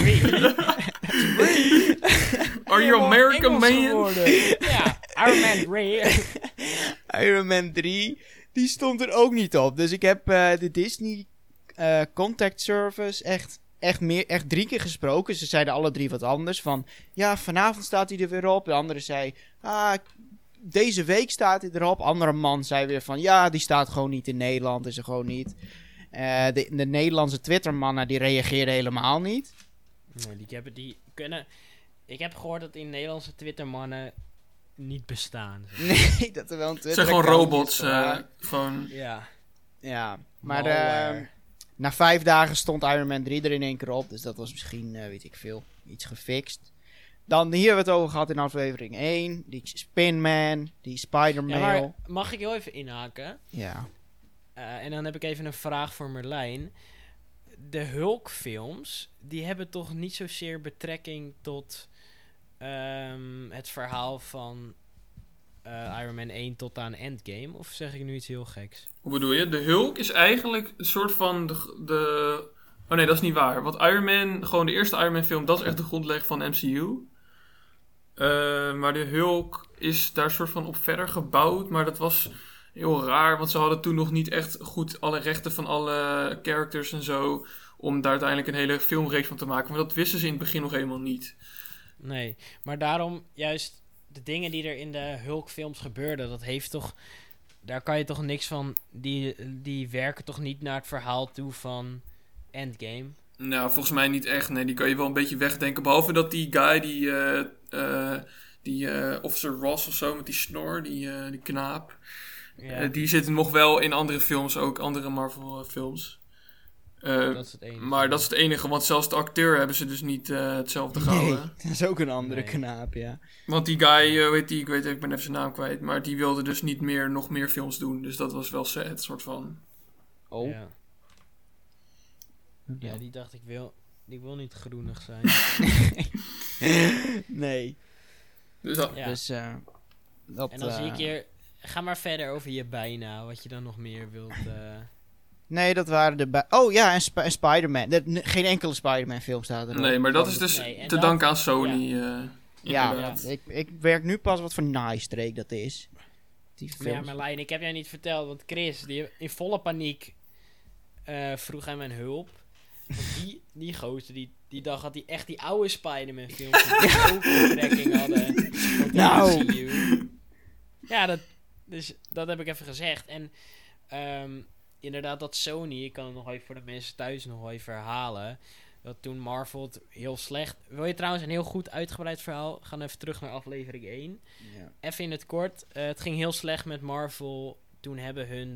Speaker 3: Are you American, man?
Speaker 1: Ja, Iron Man 3.
Speaker 2: Iron Man 3. Die stond er ook niet op. Dus ik heb de Disney Contact Service echt 3 keer gesproken. Ze zeiden alle 3 wat anders. Van, ja, vanavond staat hij er weer op. De andere zei, deze week staat hij erop. Andere man zei weer van, ja, die staat gewoon niet in Nederland. Is er gewoon niet. De Nederlandse Twittermannen, die reageerden helemaal niet.
Speaker 1: Nee, die kunnen... Ik heb gehoord dat in Nederlandse Twittermannen niet bestaan.
Speaker 2: Nee, dat er wel een
Speaker 3: Het zijn gewoon robots. Gewoon...
Speaker 1: Ja.
Speaker 2: Ja, maar
Speaker 1: Malware.
Speaker 2: na 5 dagen stond Iron Man 3 er in één keer op. Dus dat was misschien, weet ik veel, iets gefixt. Dan hier hebben we het over gehad in aflevering 1. Die Spinman, die Spider-Man.
Speaker 1: Ja, maar mag ik heel even inhaken?
Speaker 2: Ja.
Speaker 1: En dan heb ik even een vraag voor Merlijn. De Hulk-films, die hebben toch niet zozeer betrekking tot het verhaal van Iron Man 1 tot aan Endgame? Of zeg ik nu iets heel geks?
Speaker 3: Hoe bedoel je? De Hulk is eigenlijk een soort van de... Oh nee, dat is niet waar. Want Iron Man, gewoon de eerste Iron Man film, dat is echt de grondlegger van de MCU. Maar de Hulk is daar soort van op verder gebouwd. Maar dat was heel raar, want ze hadden toen nog niet echt goed alle rechten van alle characters en zo. Om daar uiteindelijk een hele filmreeks van te maken. Maar dat wisten ze in het begin nog helemaal niet.
Speaker 1: Nee, maar daarom juist de dingen die er in de Hulk-films gebeurden, dat heeft toch... Daar kan je toch niks van... Die werken toch niet naar het verhaal toe van Endgame?
Speaker 3: Nou, volgens mij niet echt. Nee, die kan je wel een beetje wegdenken. Behalve dat die guy, die Officer Ross of zo, met die snor, die knaap.
Speaker 1: Ja,
Speaker 3: Die zit nog wel in andere films, ook andere Marvel films.
Speaker 1: dat is het enige.
Speaker 3: Maar dat is het enige, want zelfs de acteur hebben ze dus niet hetzelfde gehouden.
Speaker 2: Nee, dat is ook een andere
Speaker 1: Nee.
Speaker 2: knaap, ja.
Speaker 3: Want die guy, ik ben even zijn naam kwijt, maar die wilde dus niet meer, nog meer films doen. Dus dat was wel sad, soort van.
Speaker 2: Oh.
Speaker 1: Ja. Ja, die dacht ik wil niet groenig zijn.
Speaker 2: Nee.
Speaker 3: Dus dat,
Speaker 1: Ja.
Speaker 2: Dus, dat...
Speaker 1: En dan zie ik hier... Ga maar verder over je bijna, wat je dan nog meer wilt...
Speaker 2: Nee, dat waren de... Oh ja, en Spider-Man. Geen enkele Spider-Man film staat erop.
Speaker 3: nee, maar dat is dus
Speaker 1: Nee, en
Speaker 3: te
Speaker 1: dat-
Speaker 3: danken aan Sony.
Speaker 2: Ja,
Speaker 3: inderdaad.
Speaker 2: ik werk nu pas wat voor naaistreek dat is. Die
Speaker 1: Maar ja,
Speaker 2: films.
Speaker 1: Marlijn, ik heb jij niet verteld, want Chris, die in volle paniek vroeg hij mijn hulp. Want die gozer, die dacht dat hij echt die oude Spider-Man films die ook betrekking hadden tot de
Speaker 2: Nou.
Speaker 1: MCU. Ja, dat heb ik even gezegd. En inderdaad, dat Sony, ik kan het nog even voor de mensen thuis nog even herhalen, dat toen Marvel het heel slecht... Wil je trouwens een heel goed uitgebreid verhaal? Gaan even terug naar aflevering 1.
Speaker 2: Ja.
Speaker 1: Even in het kort. Het ging heel slecht met Marvel. Toen hebben hun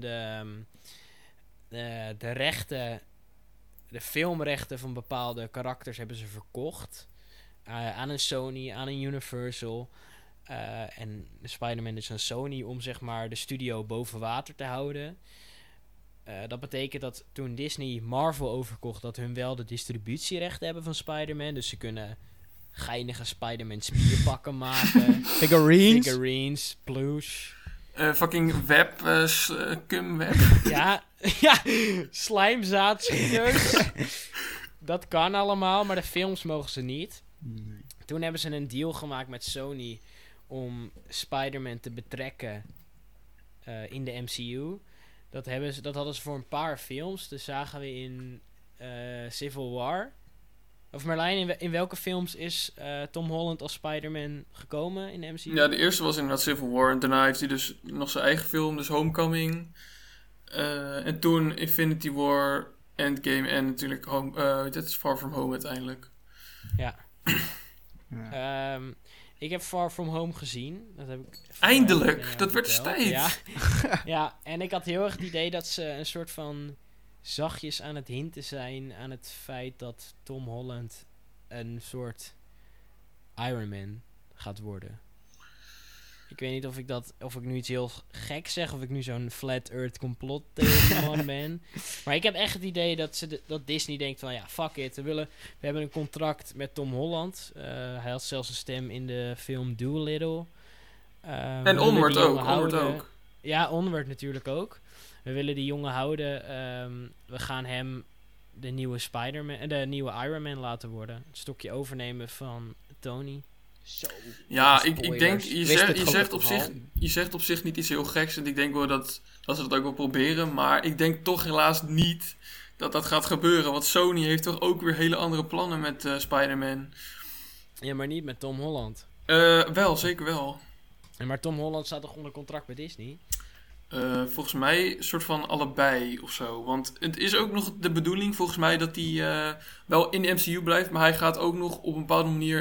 Speaker 1: de rechten... De filmrechten van bepaalde karakters hebben ze verkocht. Aan een Sony, aan een Universal. En de Spider-Man is aan Sony om zeg maar de studio boven water te houden. Dat betekent dat toen Disney Marvel overkocht, dat hun wel de distributierechten hebben van Spider-Man. Dus ze kunnen geinige Spider-Man spierpakken maken. Figurines, plush.
Speaker 3: Fucking web, cumweb.
Speaker 1: Ja, ja, slijmzaadschieters. Dat kan allemaal, maar de films mogen ze niet.
Speaker 2: Nee.
Speaker 1: Toen hebben ze een deal gemaakt met Sony om Spider-Man te betrekken in de MCU. Dat hadden ze voor een paar films. Dus zagen we in Civil War. Of Merlijn, in welke films is Tom Holland als Spider-Man gekomen in de MCU?
Speaker 3: Ja, de eerste was inderdaad Civil War. En daarna heeft hij dus nog zijn eigen film, dus Homecoming. En toen Infinity War, Endgame en natuurlijk dit is Far From Home uiteindelijk.
Speaker 1: Ja. Ik heb Far From Home gezien. Dat heb ik
Speaker 3: Eindelijk! Dat werd eens
Speaker 1: verteld.
Speaker 3: tijd!
Speaker 1: Ja. Ja, en ik had heel erg het idee dat ze een soort van zachtjes aan het hinten zijn aan het feit dat Tom Holland een soort Iron Man gaat worden. Ik weet niet of ik nu iets heel gek zeg, of ik nu zo'n flat earth complot man ben. Maar ik heb echt het idee dat Disney denkt van ja, fuck it. We hebben een contract met Tom Holland. Hij had zelfs een stem in de film Doolittle.
Speaker 3: En Onward ook.
Speaker 1: Ja, Onward natuurlijk ook. We willen die jongen houden. We gaan hem de nieuwe Spider-Man, de nieuwe Iron Man laten worden. Het stokje overnemen van Tony.
Speaker 2: Zo.
Speaker 3: Ja, ik denk,
Speaker 2: Spoilers.
Speaker 3: je zegt op zich niet iets heel geks. En ik denk wel dat ze dat ook wel proberen. Maar ik denk toch helaas niet dat gaat gebeuren. Want Sony heeft toch ook weer hele andere plannen met Spider-Man.
Speaker 1: Ja, maar niet met Tom Holland.
Speaker 3: Wel, zeker wel.
Speaker 1: En maar Tom Holland staat toch onder contract bij Disney?
Speaker 3: Volgens mij een soort van allebei of zo. Want het is ook nog de bedoeling volgens mij dat hij wel in de MCU blijft. Maar hij gaat ook nog op een bepaalde manier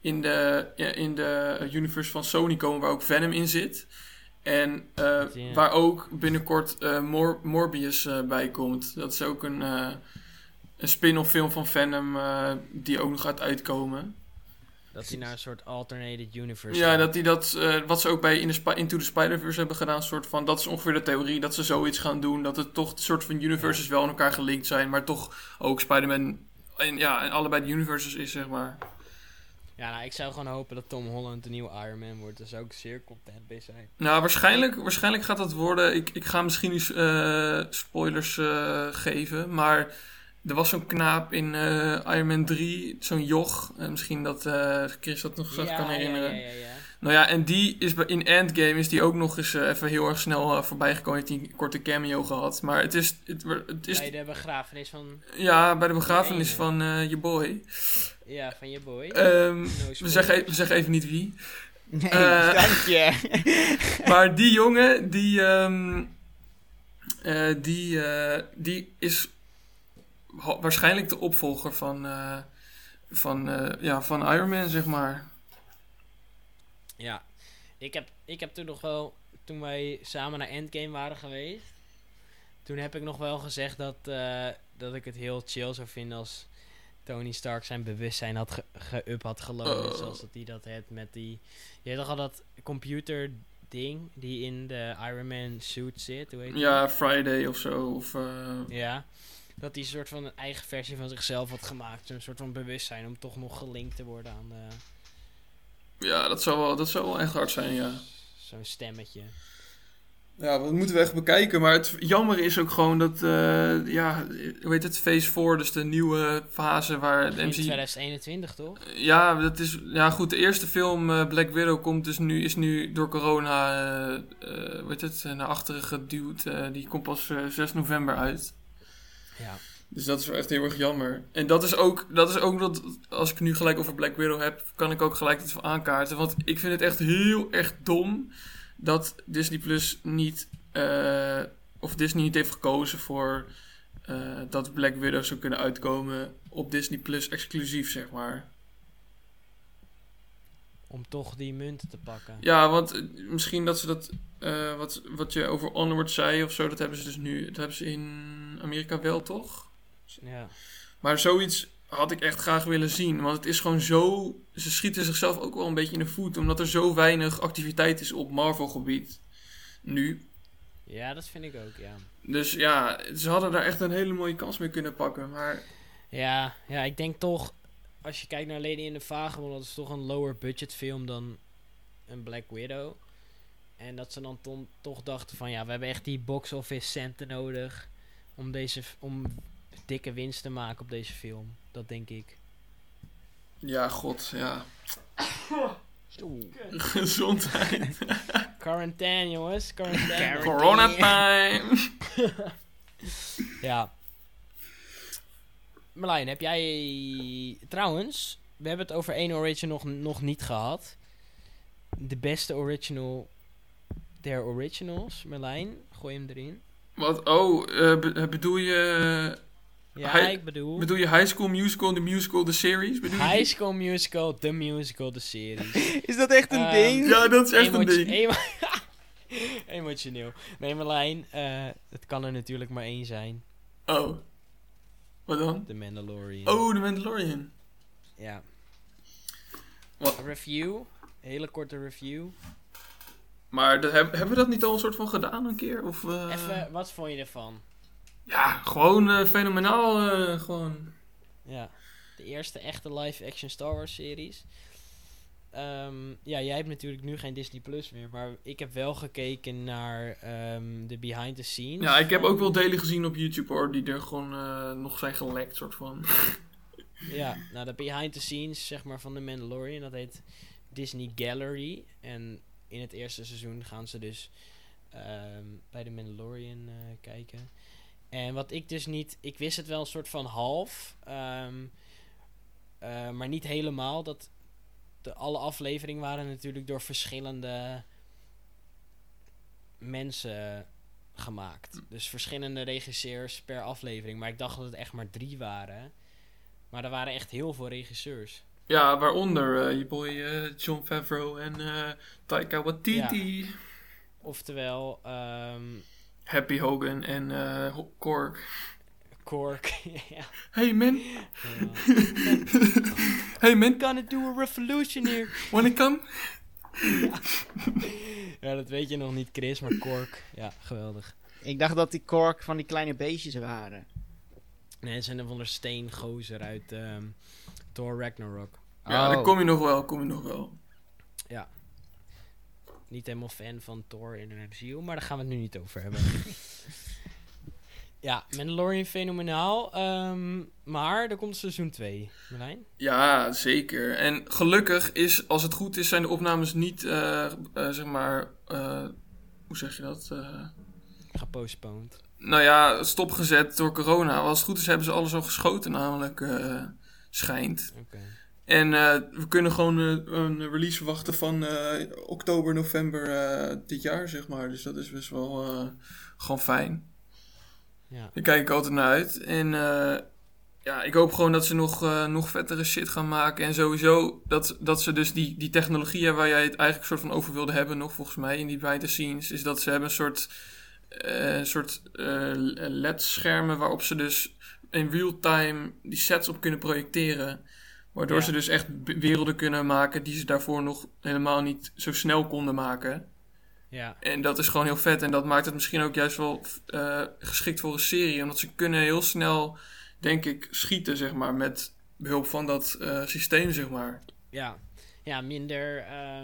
Speaker 3: in de universe van Sony komen waar ook Venom in zit. En
Speaker 1: Ja.
Speaker 3: waar ook binnenkort Morbius bij komt. Dat is ook een spin-off film van Venom die ook nog gaat uitkomen.
Speaker 1: Dat hij naar een soort alternated universe
Speaker 3: Ja,
Speaker 1: gaat.
Speaker 3: dat hij dat, wat ze ook bij Into the Spider-Verse hebben gedaan, soort van, dat is ongeveer de theorie, dat ze zoiets gaan doen, dat het toch een soort van universes wel aan elkaar gelinkt zijn, maar toch ook Spider-Man in allebei de universes is, zeg maar.
Speaker 1: Ja, nou, ik zou gewoon hopen dat Tom Holland de nieuwe Iron Man wordt. Daar zou ik zeer content mee zijn.
Speaker 3: Nou, waarschijnlijk gaat dat worden, ik ga misschien niet spoilers geven, maar er was zo'n knaap in Iron Man 3, zo'n joch, misschien dat Chris dat nog zich kan herinneren.
Speaker 1: Ja.
Speaker 3: Nou ja, en die is in Endgame is die ook nog eens even heel erg snel voorbij gekomen. Heeft die een korte cameo gehad. Maar het is...
Speaker 1: Bij de begrafenis van...
Speaker 3: Ja, bij de begrafenis
Speaker 1: ene.
Speaker 3: van je boy.
Speaker 1: Ja, van je boy.
Speaker 3: We
Speaker 1: spoilers.
Speaker 3: zeggen even niet wie.
Speaker 2: Nee, dank je.
Speaker 3: Maar die jongen, die is waarschijnlijk de opvolger van Iron Man, zeg maar.
Speaker 1: Ja, ik heb toen nog wel, toen wij samen naar Endgame waren geweest, toen heb ik nog wel gezegd dat ik het heel chill zou vinden als Tony Stark zijn bewustzijn had ge-up had gelopen, zoals dat hij dat heeft met die, je weet toch al dat computer ding die in de Iron Man suit zit, hoe heet die?
Speaker 3: Ja, Friday of zo. Of,
Speaker 1: Ja, dat hij een soort van een eigen versie van zichzelf had gemaakt, een soort van bewustzijn om toch nog gelinkt te worden aan
Speaker 3: ja, dat zou wel echt hard zijn, ja.
Speaker 1: zo'n stemmetje.
Speaker 3: Ja, dat moeten we echt bekijken. Maar het jammer is ook gewoon dat, hoe heet het, Phase 4, dus de nieuwe fase waar de
Speaker 1: In
Speaker 3: MCU...
Speaker 1: 2021 toch?
Speaker 3: Ja, dat is, ja goed, de eerste film, Black Widow, is nu door corona, naar achteren geduwd. Die komt pas 6 november uit.
Speaker 1: Ja.
Speaker 3: Dus dat is wel echt heel erg jammer. En dat is ook dat, als ik het nu gelijk over Black Widow heb, kan ik ook gelijk iets van aankaarten. Want ik vind het echt heel erg dom dat Disney Plus niet, of Disney niet heeft gekozen voor dat Black Widow zou kunnen uitkomen op Disney Plus exclusief, zeg maar.
Speaker 1: Om toch die munten te pakken.
Speaker 3: Ja, want misschien dat ze dat, wat je over Onward zei of zo, dat hebben ze dus nu, dat hebben ze in Amerika wel, toch?
Speaker 1: Ja.
Speaker 3: Maar zoiets had ik echt graag willen zien. Want het is gewoon zo... Ze schieten zichzelf ook wel een beetje in de voet. Omdat er zo weinig activiteit is op Marvel-gebied. Nu.
Speaker 1: Ja, dat vind ik ook, ja.
Speaker 3: Dus ja, ze hadden daar echt een hele mooie kans mee kunnen pakken. Maar
Speaker 1: Ja, ik denk toch, als je kijkt naar Lady in the Vagabond, dat is toch een lower budget film dan een Black Widow. En dat ze dan toch dachten van, ja, we hebben echt die box office centen nodig om dikke winst te maken op deze film. Dat denk ik.
Speaker 3: ja, god, ja. Gezondheid.
Speaker 1: Quarantine, jongens. Quarantine.
Speaker 3: Corona time.
Speaker 1: Ja. Marlijn, heb jij... Trouwens, we hebben het over één original nog niet gehad. De beste original der originals. Marlijn, gooi hem erin.
Speaker 3: Wat? Bedoel je...
Speaker 1: Ja, ik bedoel...
Speaker 3: Bedoel je High School Musical, the musical, the series? Bedoel je die?
Speaker 1: High School Musical, The Musical, The Series.
Speaker 2: Is dat echt een ding?
Speaker 3: Ja, dat is echt een ding.
Speaker 1: Emotioneel. Nee, Marlijn, het kan er natuurlijk maar één zijn.
Speaker 3: Oh. Wat dan?
Speaker 1: The Mandalorian.
Speaker 3: Oh, The Mandalorian.
Speaker 1: Ja.
Speaker 3: Wat?
Speaker 1: Review. Hele korte review.
Speaker 3: Maar hebben we dat niet al een soort van gedaan een keer? Of,
Speaker 1: Even, wat vond je ervan?
Speaker 3: Ja, gewoon fenomenaal. Gewoon.
Speaker 1: Ja. De eerste echte live-action Star Wars series. Ja, jij hebt natuurlijk nu geen Disney Plus meer, maar ik heb wel gekeken naar de behind the scenes.
Speaker 3: Ja, ik heb ook wel delen gezien op YouTube hoor, die er gewoon nog zijn gelekt, soort van.
Speaker 1: Ja, nou de behind the scenes zeg maar van The Mandalorian, dat heet Disney Gallery. En in het eerste seizoen gaan ze dus bij The Mandalorian kijken. En wat ik dus niet, ik wist het wel een soort van half, maar niet helemaal. Dat alle afleveringen waren natuurlijk door verschillende mensen gemaakt. Dus verschillende regisseurs per aflevering. Maar ik dacht dat het echt maar 3 waren. Maar er waren echt heel veel regisseurs.
Speaker 3: Ja, waaronder je boy Jon Favreau en Taika Waititi.
Speaker 1: Ja. Oftewel,
Speaker 3: Happy Hogan en Korg.
Speaker 1: Kork. Ja.
Speaker 3: Hey man,
Speaker 1: Uh,
Speaker 3: hey man,
Speaker 1: Gonna do a revolution here.
Speaker 3: wanna come?
Speaker 1: Ja, dat weet je nog niet, Chris, maar Kork. Ja, geweldig.
Speaker 2: Ik dacht dat die Kork van die kleine beestjes waren.
Speaker 1: Nee, het zijn een van de steengozer uit Thor Ragnarok.
Speaker 3: Ja, daar kom je nog wel.
Speaker 1: Ja. Niet helemaal fan van Thor in de MCU, maar daar gaan we het nu niet over hebben. Ja, Mandalorian fenomenaal. Maar er komt seizoen 2. Marlijn?
Speaker 3: Ja, zeker. En gelukkig is, als het goed is, zijn de opnames niet, zeg maar, hoe zeg je dat?
Speaker 1: Gepostponed.
Speaker 3: Nou ja, stopgezet door corona. Als het goed is, hebben ze alles al geschoten, namelijk, schijnt.
Speaker 1: Oké.
Speaker 3: En we kunnen gewoon een release verwachten van oktober, november dit jaar, zeg maar. Dus dat is best wel gewoon fijn.
Speaker 1: Ja.
Speaker 3: Daar kijk ik altijd naar uit. En ja, ik hoop gewoon dat ze nog vettere shit gaan maken. En sowieso dat ze dus die technologie hebben waar jij het eigenlijk soort van over wilde hebben, nog volgens mij in die behind the scenes, is dat ze hebben een soort LED-schermen waarop ze dus in real time die sets op kunnen projecteren. Waardoor ze dus echt werelden kunnen maken die ze daarvoor nog helemaal niet zo snel konden maken.
Speaker 1: Ja.
Speaker 3: En dat is gewoon heel vet. En dat maakt het misschien ook juist wel geschikt voor een serie. Omdat ze kunnen heel snel, denk ik, schieten, zeg maar. Met behulp van dat systeem, zeg maar.
Speaker 1: Ja. Ja, minder...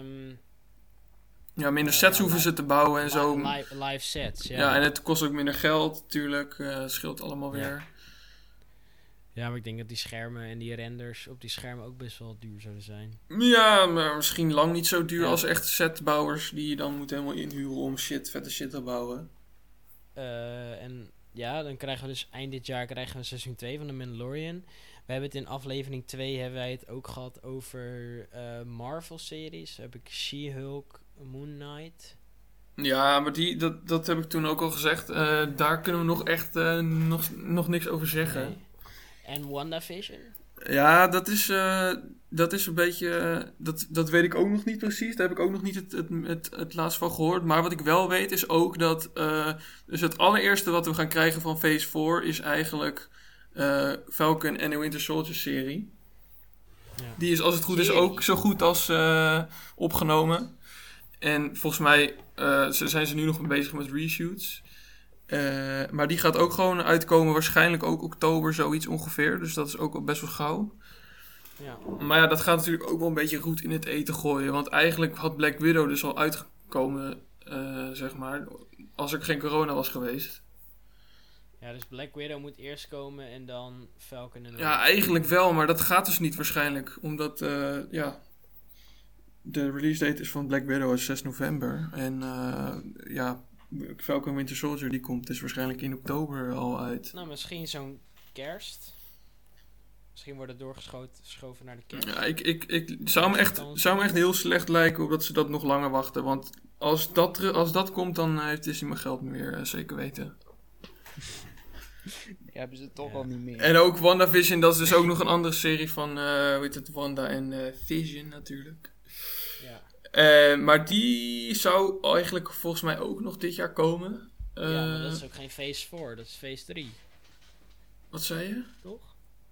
Speaker 3: Ja, minder sets hoeven ze te bouwen en zo.
Speaker 1: Live sets, ja.
Speaker 3: Ja, en het kost ook minder geld, natuurlijk. Het scheelt allemaal weer.
Speaker 1: Ja, maar ik denk dat die schermen en die renders op die schermen ook best wel duur zouden zijn.
Speaker 3: Ja, maar misschien lang niet zo duur
Speaker 1: Ja.
Speaker 3: als echt setbouwers die je dan moet helemaal inhuren om vette shit te bouwen.
Speaker 1: En ja, dan krijgen we dus eind dit jaar krijgen we seizoen 2 van The Mandalorian. We hebben het in aflevering 2 hebben wij het ook gehad over Marvel-series. Heb ik She-Hulk, Moon Knight.
Speaker 3: Ja, maar dat heb ik toen ook al gezegd. Daar kunnen we nog echt nog niks over zeggen.
Speaker 1: Nee. En WandaVision.
Speaker 3: Ja, dat is een beetje... dat weet ik ook nog niet precies. Daar heb ik ook nog niet het laatst van gehoord. Maar wat ik wel weet is ook dat... dus het allereerste wat we gaan krijgen van Phase 4 is eigenlijk... Falcon en de Winter Soldier serie.
Speaker 1: Ja.
Speaker 3: Die is, als het goed is, ook zo goed als opgenomen. En volgens mij zijn ze nu nog bezig met reshoots. Maar die gaat ook gewoon uitkomen, waarschijnlijk ook oktober, zoiets ongeveer. Dus dat is ook wel best wel gauw.
Speaker 1: Ja.
Speaker 3: Maar ja, dat gaat natuurlijk ook wel een beetje roet in het eten gooien. Want eigenlijk had Black Widow dus al uitgekomen, zeg maar, als er geen corona was geweest.
Speaker 1: Ja, dus Black Widow moet eerst komen en dan Falcon en...
Speaker 3: Ja, eigenlijk wel, maar dat gaat dus niet waarschijnlijk. Omdat, ja, de release date is van Black Widow is 6 november. En ja, Falcon Winter Soldier die komt dus waarschijnlijk in oktober al uit.
Speaker 1: Nou, misschien zo'n kerst. Misschien wordt het doorgeschoven naar de kerst.
Speaker 3: Ja, ik zou me echt heel slecht lijken dat ze dat nog langer wachten. Want als dat komt, dan heeft Disney mijn geld niet meer, zeker weten.
Speaker 2: Die hebben ze toch
Speaker 1: Ja.
Speaker 2: al niet meer.
Speaker 3: En ook WandaVision, dat is dus ook nog een andere serie van, hoe heet het, Wanda en Vision natuurlijk.
Speaker 1: Ja.
Speaker 3: Maar die zou eigenlijk volgens mij ook nog dit jaar komen.
Speaker 1: Ja, maar dat is ook geen Phase 4, dat is Phase 3,
Speaker 3: Wat zei je?
Speaker 1: toch?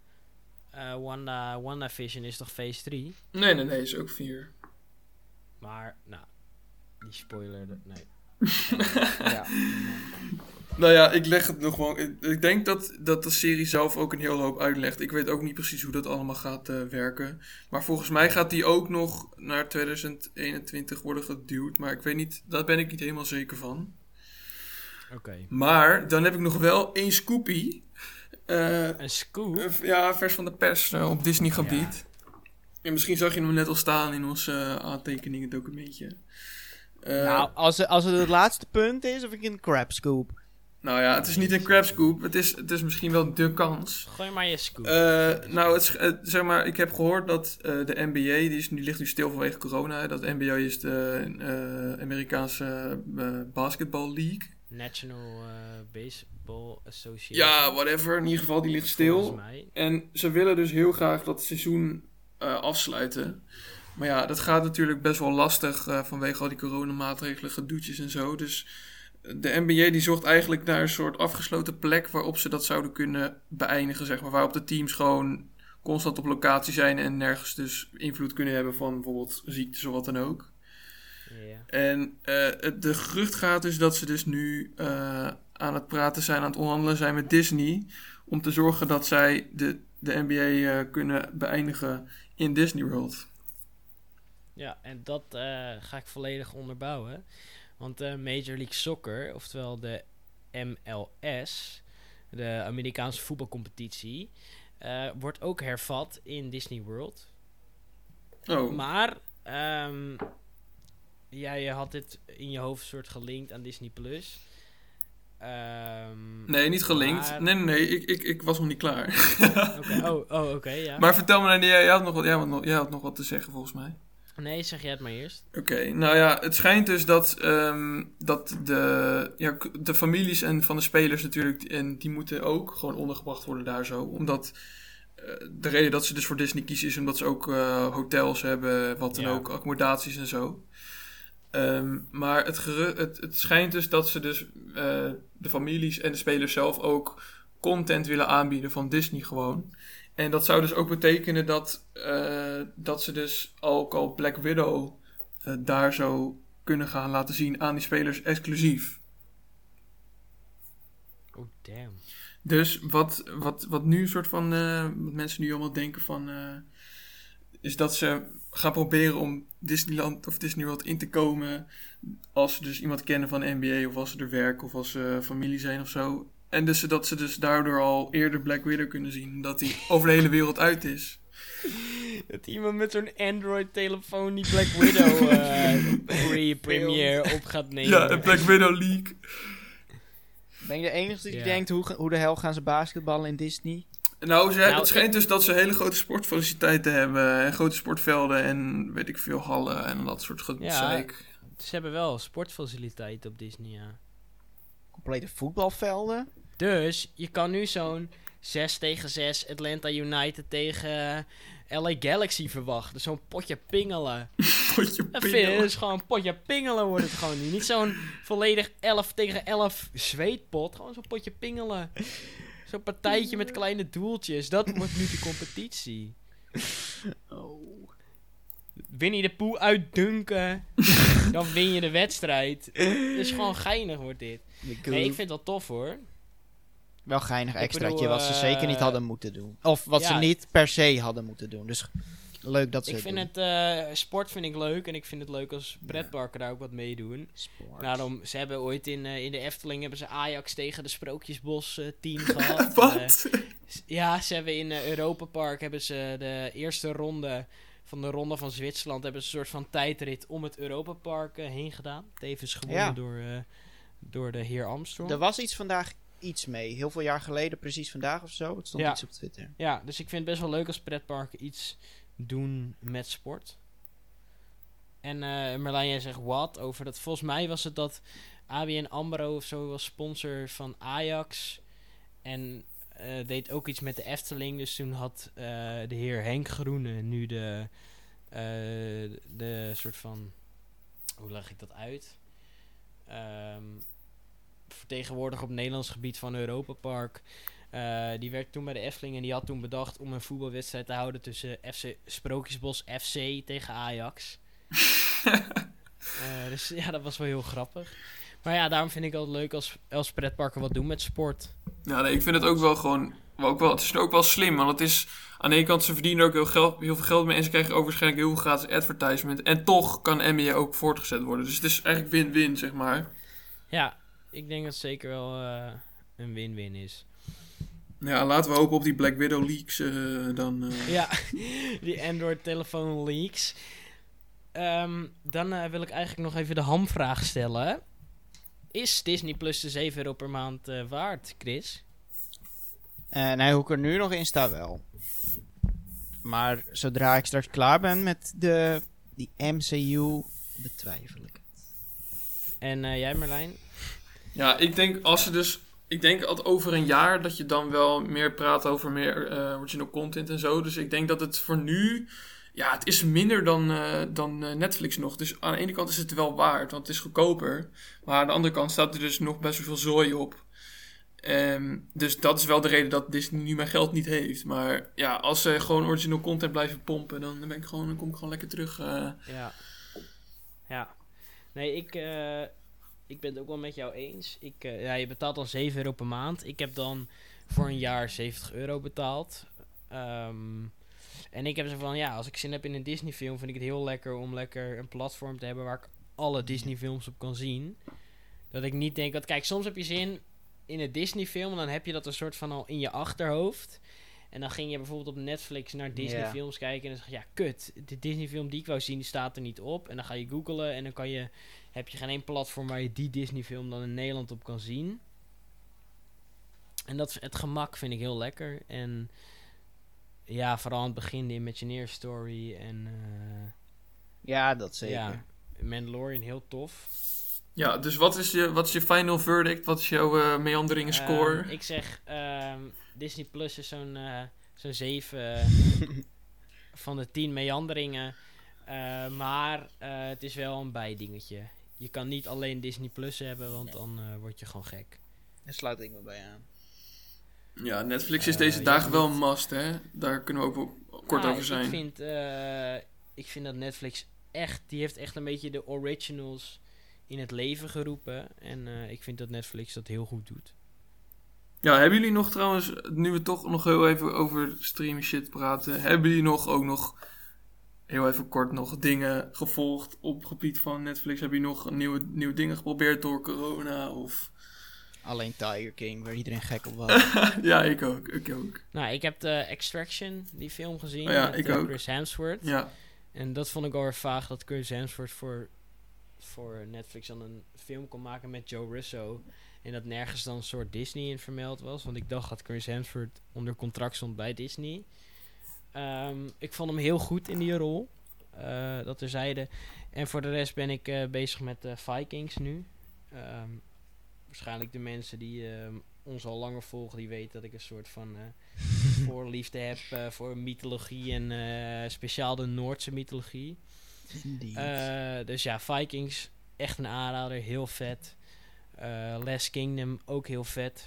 Speaker 1: WandaVision is toch Phase 3?
Speaker 3: Nee, is ook 4.
Speaker 1: Maar, nou, die spoiler, nee.
Speaker 2: Ja.
Speaker 3: Nou ja, ik leg het nog gewoon. Ik denk dat de serie zelf ook een heel hoop uitlegt. Ik weet ook niet precies hoe dat allemaal gaat werken. Maar volgens mij gaat die ook nog naar 2021 worden geduwd. Maar ik weet niet, daar ben ik niet helemaal zeker van.
Speaker 1: Oké.
Speaker 3: Maar dan heb ik nog wel één scoopie.
Speaker 1: Een scoop?
Speaker 3: Ja, vers van de pers op Disney gebied. En misschien zag je hem net al staan in ons aantekeningen documentje.
Speaker 2: Nou, als het het laatste punt is, of ik een crab scoop.
Speaker 3: Nou ja, het is niet een crab scoop. Het is misschien wel de kans.
Speaker 1: Gooi maar je scoop.
Speaker 3: Nou, zeg maar, ik heb gehoord dat de NBA, die ligt nu stil vanwege corona. Dat de NBA is de Amerikaanse Basketball League.
Speaker 1: National Baseball Association.
Speaker 3: Ja, whatever. In ieder geval, die ligt
Speaker 1: Volgens
Speaker 3: stil.
Speaker 1: mij.
Speaker 3: En ze willen dus heel graag dat het seizoen afsluiten. Maar ja, dat gaat natuurlijk best wel lastig vanwege al die coronamaatregelen, gedoetjes en zo. Dus de NBA die zocht eigenlijk naar een soort afgesloten plek waarop ze dat zouden kunnen beëindigen, zeg maar. Waarop de teams gewoon constant op locatie zijn en nergens dus invloed kunnen hebben van bijvoorbeeld ziektes of wat dan ook.
Speaker 1: Ja.
Speaker 3: En de gerucht gaat dus dat ze dus nu aan het praten zijn, aan het onderhandelen zijn met Disney om te zorgen dat zij de NBA kunnen beëindigen in Disney World.
Speaker 1: Ja, en dat ga ik volledig onderbouwen. Want Major League Soccer, oftewel de MLS, de Amerikaanse voetbalcompetitie, wordt ook hervat in Disney World.
Speaker 3: Oh,
Speaker 1: Maar je had dit in je hoofd soort gelinkt aan Disney+.
Speaker 3: nee, niet gelinkt.
Speaker 1: maar-
Speaker 3: Nee, ik was nog niet klaar.
Speaker 1: Oké, ja.
Speaker 3: Maar vertel me, nou, jij had nog wat te zeggen volgens mij.
Speaker 1: Nee, zeg jij het maar eerst.
Speaker 3: Oké, nou ja, het schijnt dus dat de families en van de spelers natuurlijk, en die moeten ook gewoon ondergebracht worden daar zo. Omdat de reden dat ze dus voor Disney kiezen is omdat ze ook hotels hebben, wat dan
Speaker 1: Ja.
Speaker 3: ook, accommodaties en zo. Maar het schijnt dus dat ze dus de families en de spelers zelf ook content willen aanbieden van Disney gewoon. En dat zou dus ook betekenen dat ze dus ook al Black Widow daar zo kunnen gaan laten zien aan die spelers exclusief.
Speaker 1: Oh, damn.
Speaker 3: Dus wat nu een soort van, wat mensen nu allemaal denken van, is dat ze gaan proberen om Disneyland of Disney World in te komen als ze dus iemand kennen van de NBA of als ze er werken of als ze familie zijn of zo. En dus dat ze dus daardoor al eerder Black Widow kunnen zien, dat die over de hele wereld uit is.
Speaker 1: Dat iemand met zo'n Android-telefoon die Black Widow premiere op gaat nemen.
Speaker 3: Ja, een Black Widow League.
Speaker 2: Ben je de enige die
Speaker 1: Ja.
Speaker 2: denkt, hoe de hel gaan ze basketballen in Disney?
Speaker 3: Nou,
Speaker 1: Nou,
Speaker 3: het schijnt dus dat ze hele grote sportfaciliteiten hebben. En grote sportvelden en weet ik veel, hallen en dat soort gezeik.
Speaker 1: Ze hebben wel sportfaciliteiten op Disney, ja.
Speaker 2: Complete voetbalvelden?
Speaker 1: Dus je kan nu zo'n 6-6 Atlanta United tegen LA Galaxy verwachten. Zo'n potje pingelen.
Speaker 3: Potje
Speaker 1: Dat
Speaker 3: pingelen.
Speaker 1: is gewoon een potje pingelen wordt het gewoon nu. Niet zo'n volledig 11-11 zweetpot. Gewoon zo'n potje pingelen. Zo'n partijtje met kleine doeltjes. Dat wordt nu de competitie.
Speaker 2: Oh.
Speaker 1: Winnie de Pooh uitdunken. Dan win je de wedstrijd. Het is gewoon geinig wordt dit. Nee, ik vind het wel tof hoor.
Speaker 2: Wel geinig
Speaker 1: Ik
Speaker 2: extraatje
Speaker 1: bedoel,
Speaker 2: wat ze zeker niet hadden moeten doen. Of wat ze
Speaker 1: ja.
Speaker 2: niet per se hadden moeten doen. Dus leuk dat ze
Speaker 1: Ik
Speaker 2: het
Speaker 1: vind
Speaker 2: doen.
Speaker 1: het, sport vind ik leuk. En ik vind het leuk als pretparken daar ook wat meedoen.
Speaker 2: Sport.
Speaker 1: Daarom, ze hebben ooit in de Efteling hebben ze Ajax tegen de Sprookjesbos team gehad.
Speaker 3: Wat?
Speaker 1: Ja, ze hebben in Europa Park hebben ze de eerste ronde van de Ronde van Zwitserland hebben ze een soort van tijdrit om het Europa Park heen gedaan. Tevens gewonnen
Speaker 2: Ja.
Speaker 1: door de heer Armstrong.
Speaker 2: Er was vandaag iets mee. Heel veel jaar geleden, precies vandaag of zo. Het stond
Speaker 1: Ja.
Speaker 2: iets op Twitter.
Speaker 1: Ja, dus ik vind het best wel leuk als pretparken iets doen met sport. En Merlijn, jij zegt wat over dat? Volgens mij was het dat ABN AMRO of zo was sponsor van Ajax. En deed ook iets met de Efteling. Dus toen had de heer Henk Groene nu de soort van... Hoe leg ik dat uit? Vertegenwoordiger op Nederlands gebied van Europa Park. Die werkte toen bij de Efteling en die had toen bedacht om een voetbalwedstrijd te houden tussen FC Sprookjesbos FC tegen Ajax. Dus ja, dat was wel heel grappig. Maar ja, daarom vind ik het leuk als pretparken wat doen met sport.
Speaker 3: Ja, nee, ik vind het ook wel gewoon... het is ook wel slim, want het is... Aan de ene kant, ze verdienen er ook heel veel geld mee... en ze krijgen ook waarschijnlijk heel veel gratis advertisement. En toch kan NBA ook voortgezet worden. Dus het is eigenlijk win-win, zeg maar.
Speaker 1: Ja, ik denk dat het zeker wel een win-win is.
Speaker 3: Ja, laten we hopen op die Black Widow leaks dan...
Speaker 1: Ja, die Android-telefoon leaks. Dan wil ik eigenlijk nog even de hamvraag stellen. Is Disney Plus de €7 per maand waard, Chris?
Speaker 2: Nee, hoe ik er nu nog in sta wel. Maar zodra ik straks klaar ben met die MCU, betwijfel ik het.
Speaker 1: En jij, Merlijn?
Speaker 3: Ja, ik denk als ze dus ik denk dat over een jaar dat je dan wel meer praat over meer original content en zo. Dus ik denk dat het voor nu... Ja, het is minder dan Netflix nog. Dus aan de ene kant is het wel waard, want het is goedkoper. Maar aan de andere kant staat er dus nog best wel veel zooi op. Dus dat is wel de reden dat Disney nu mijn geld niet heeft. Maar ja, als ze gewoon original content blijven pompen, dan kom ik gewoon lekker terug.
Speaker 1: Ja. Ja. Nee, ik ben het ook wel met jou eens. Je betaalt dan €7 per maand. Ik heb dan voor een jaar €70 betaald. En ik heb zo van, als ik zin heb in een Disney film, vind ik het heel lekker om lekker een platform te hebben waar ik alle Disney films op kan zien. Dat ik niet denk, kijk, soms heb je zin in een Disney film en dan heb je dat een soort van al in je achterhoofd. En dan ging je bijvoorbeeld op Netflix naar Disney films kijken en dan zeg je, kut, de Disney film die ik wou zien, die staat er niet op. En dan ga je googlen en dan heb je geen één platform waar je die Disney film dan in Nederland op kan zien. En het gemak vind ik heel lekker. En ja, vooral aan het begin de Imagineer story en
Speaker 2: Ja, dat zeker.
Speaker 1: ja, Mandalorian heel tof.
Speaker 3: Ja, dus wat is je final verdict? Wat is jouw meanderingen score?
Speaker 1: Ik zeg Disney Plus is zo'n 7 van de 10 meanderingen. Maar het is wel een bijdingetje. Je kan niet alleen Disney Plus hebben, want dan word je gewoon gek.
Speaker 2: Daar sluit ik me bij aan.
Speaker 3: Ja, Netflix is deze dagen wel een must, hè? Daar kunnen we ook wel kort over zijn.
Speaker 1: Ik vind dat Netflix die heeft echt een beetje de originals in het leven geroepen. En ik vind dat Netflix dat heel goed doet.
Speaker 3: Ja, hebben jullie nog trouwens, nu we toch nog heel even over streaming shit praten, hebben jullie ook nog heel even kort nog dingen gevolgd op het gebied van Netflix? Heb je nog nieuwe dingen geprobeerd door corona? Of...
Speaker 2: Alleen Tiger King, waar iedereen gek op was.
Speaker 3: Ja, ik ook.
Speaker 1: Nou, ik heb de Extraction, die film gezien.
Speaker 3: Oh ja,
Speaker 1: met
Speaker 3: ik ook.
Speaker 1: Chris Hemsworth.
Speaker 3: Ja.
Speaker 1: En dat vond ik wel weer vaag, dat Chris Hemsworth voor Netflix dan een film kon maken met Joe Russo. En dat nergens dan een soort Disney in vermeld was. Want ik dacht dat Chris Hemsworth onder contract stond bij Disney. Ik vond hem heel goed in die rol. Dat terzijde. En voor de rest ben ik bezig met Vikings nu. Waarschijnlijk de mensen die ons al langer volgen, die weten dat ik een soort van voorliefde heb voor mythologie en speciaal de Noordse mythologie. Dus ja, Vikings, echt een aanrader, heel vet. Last Kingdom, ook heel vet.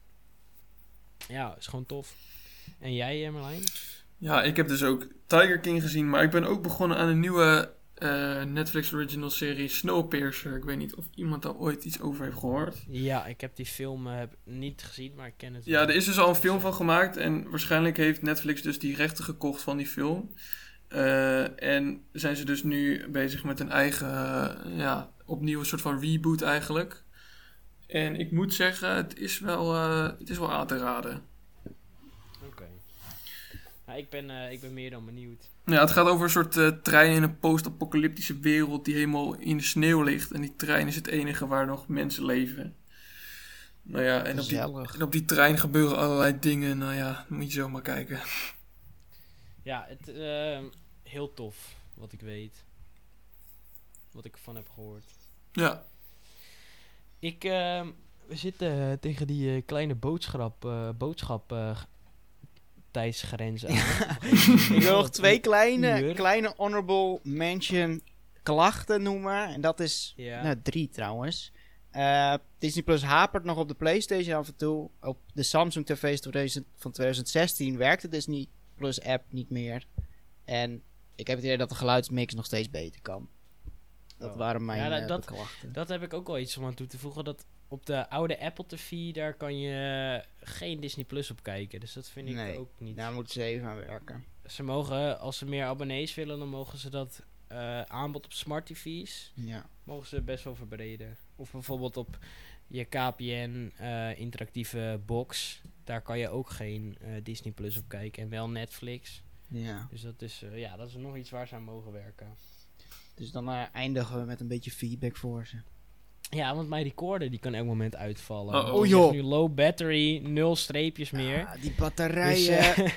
Speaker 1: Ja, is gewoon tof. En jij, Marlijn?
Speaker 3: Ja, ik heb dus ook Tiger King gezien, maar ik ben ook begonnen aan een nieuwe Netflix original serie Snowpiercer. Ik weet niet of iemand daar ooit iets over heeft gehoord.
Speaker 1: Ja, ik heb die film niet gezien, maar ik ken het.
Speaker 3: Ja, er is dus al een film van gemaakt en waarschijnlijk heeft Netflix dus die rechten gekocht van die film. En zijn ze dus nu bezig met een eigen, opnieuw een soort van reboot eigenlijk. En ik moet zeggen, het is wel aan te raden.
Speaker 1: Oké. Nou, ik ben meer dan benieuwd.
Speaker 3: Ja, het gaat over een soort trein in een post-apocalyptische wereld die helemaal in de sneeuw ligt. En die trein is het enige waar nog mensen leven. Nou ja, en op die trein gebeuren allerlei dingen. Nou ja, moet je zo maar kijken.
Speaker 1: Ja, het heel tof, wat ik weet. Wat ik ervan heb gehoord.
Speaker 3: Ja.
Speaker 1: We zitten tegen die kleine boodschap tijdsgrens aan.
Speaker 2: Ik wil nog 2 kleine honorable mention klachten noemen. En dat is 3 trouwens. Disney Plus hapert nog op de PlayStation af en toe. Op de Samsung TV's van 2016 werkt de Disney Plus app niet meer. En ik heb het idee dat de geluidsmix nog steeds beter kan. Dat waren mijn klachten.
Speaker 1: Dat heb ik ook wel iets om aan toe te voegen. Dat op de oude Apple TV, daar kan je geen Disney Plus op kijken. Dus dat vind ik ook niet.
Speaker 2: Daar moeten ze even aan werken.
Speaker 1: Ze mogen, als ze meer abonnees willen, dan mogen ze dat aanbod op smart TV's mogen ze best wel verbreden. Of bijvoorbeeld op je KPN interactieve box. Daar kan je ook geen Disney Plus op kijken. En wel Netflix.
Speaker 2: Ja.
Speaker 1: Dus dat is nog iets waar ze aan mogen werken.
Speaker 2: Dus dan eindigen we met een beetje feedback voor ze.
Speaker 1: Ja, want mijn recorder die kan elk moment uitvallen.
Speaker 2: Oh joh.
Speaker 1: Nu low battery, 0 streepjes meer.
Speaker 2: Die batterijen.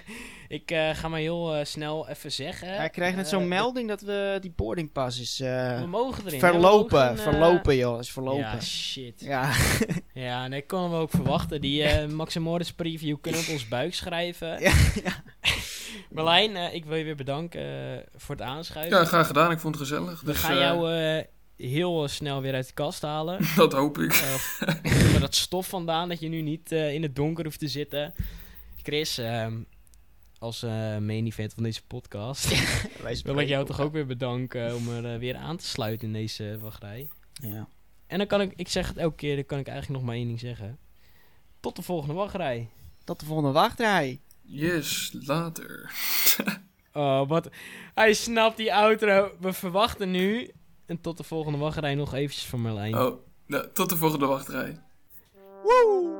Speaker 1: Ik ga maar heel snel even zeggen.
Speaker 2: Hij krijgt net zo'n melding dat we die boardingpas is
Speaker 1: We mogen erin.
Speaker 2: verlopen.
Speaker 1: Hè? We mogen,
Speaker 2: verlopen, joh. Is verlopen.
Speaker 1: Ja, shit.
Speaker 2: Ja.
Speaker 1: Ja, dat konden we ook verwachten. Die Max en Moritz preview kunnen op ons buik schrijven.
Speaker 2: Ja.
Speaker 1: Marlijn, ik wil je weer bedanken voor het aanschuiven.
Speaker 3: Ja, graag gedaan. Ik vond het gezellig.
Speaker 1: We
Speaker 3: Dus,
Speaker 1: gaan jou heel snel weer uit de kast halen.
Speaker 3: dat hoop ik.
Speaker 1: Met dat stof vandaan, dat je nu niet in het donker hoeft te zitten. Chris, als main event van deze podcast, wil ik jou toch ook weer bedanken om er weer aan te sluiten in deze wachtrij.
Speaker 2: Ja.
Speaker 1: En dan kan ik zeg het elke keer, dan kan ik eigenlijk nog maar één ding zeggen. Tot de volgende wachtrij.
Speaker 2: Tot de volgende wachtrij.
Speaker 3: Yes, later.
Speaker 1: Oh, wat... Hij snapt die outro. We verwachten nu... En tot de volgende wachtrij nog eventjes van Marlijn.
Speaker 3: Oh, nou, tot de volgende wachtrij.
Speaker 2: Woe!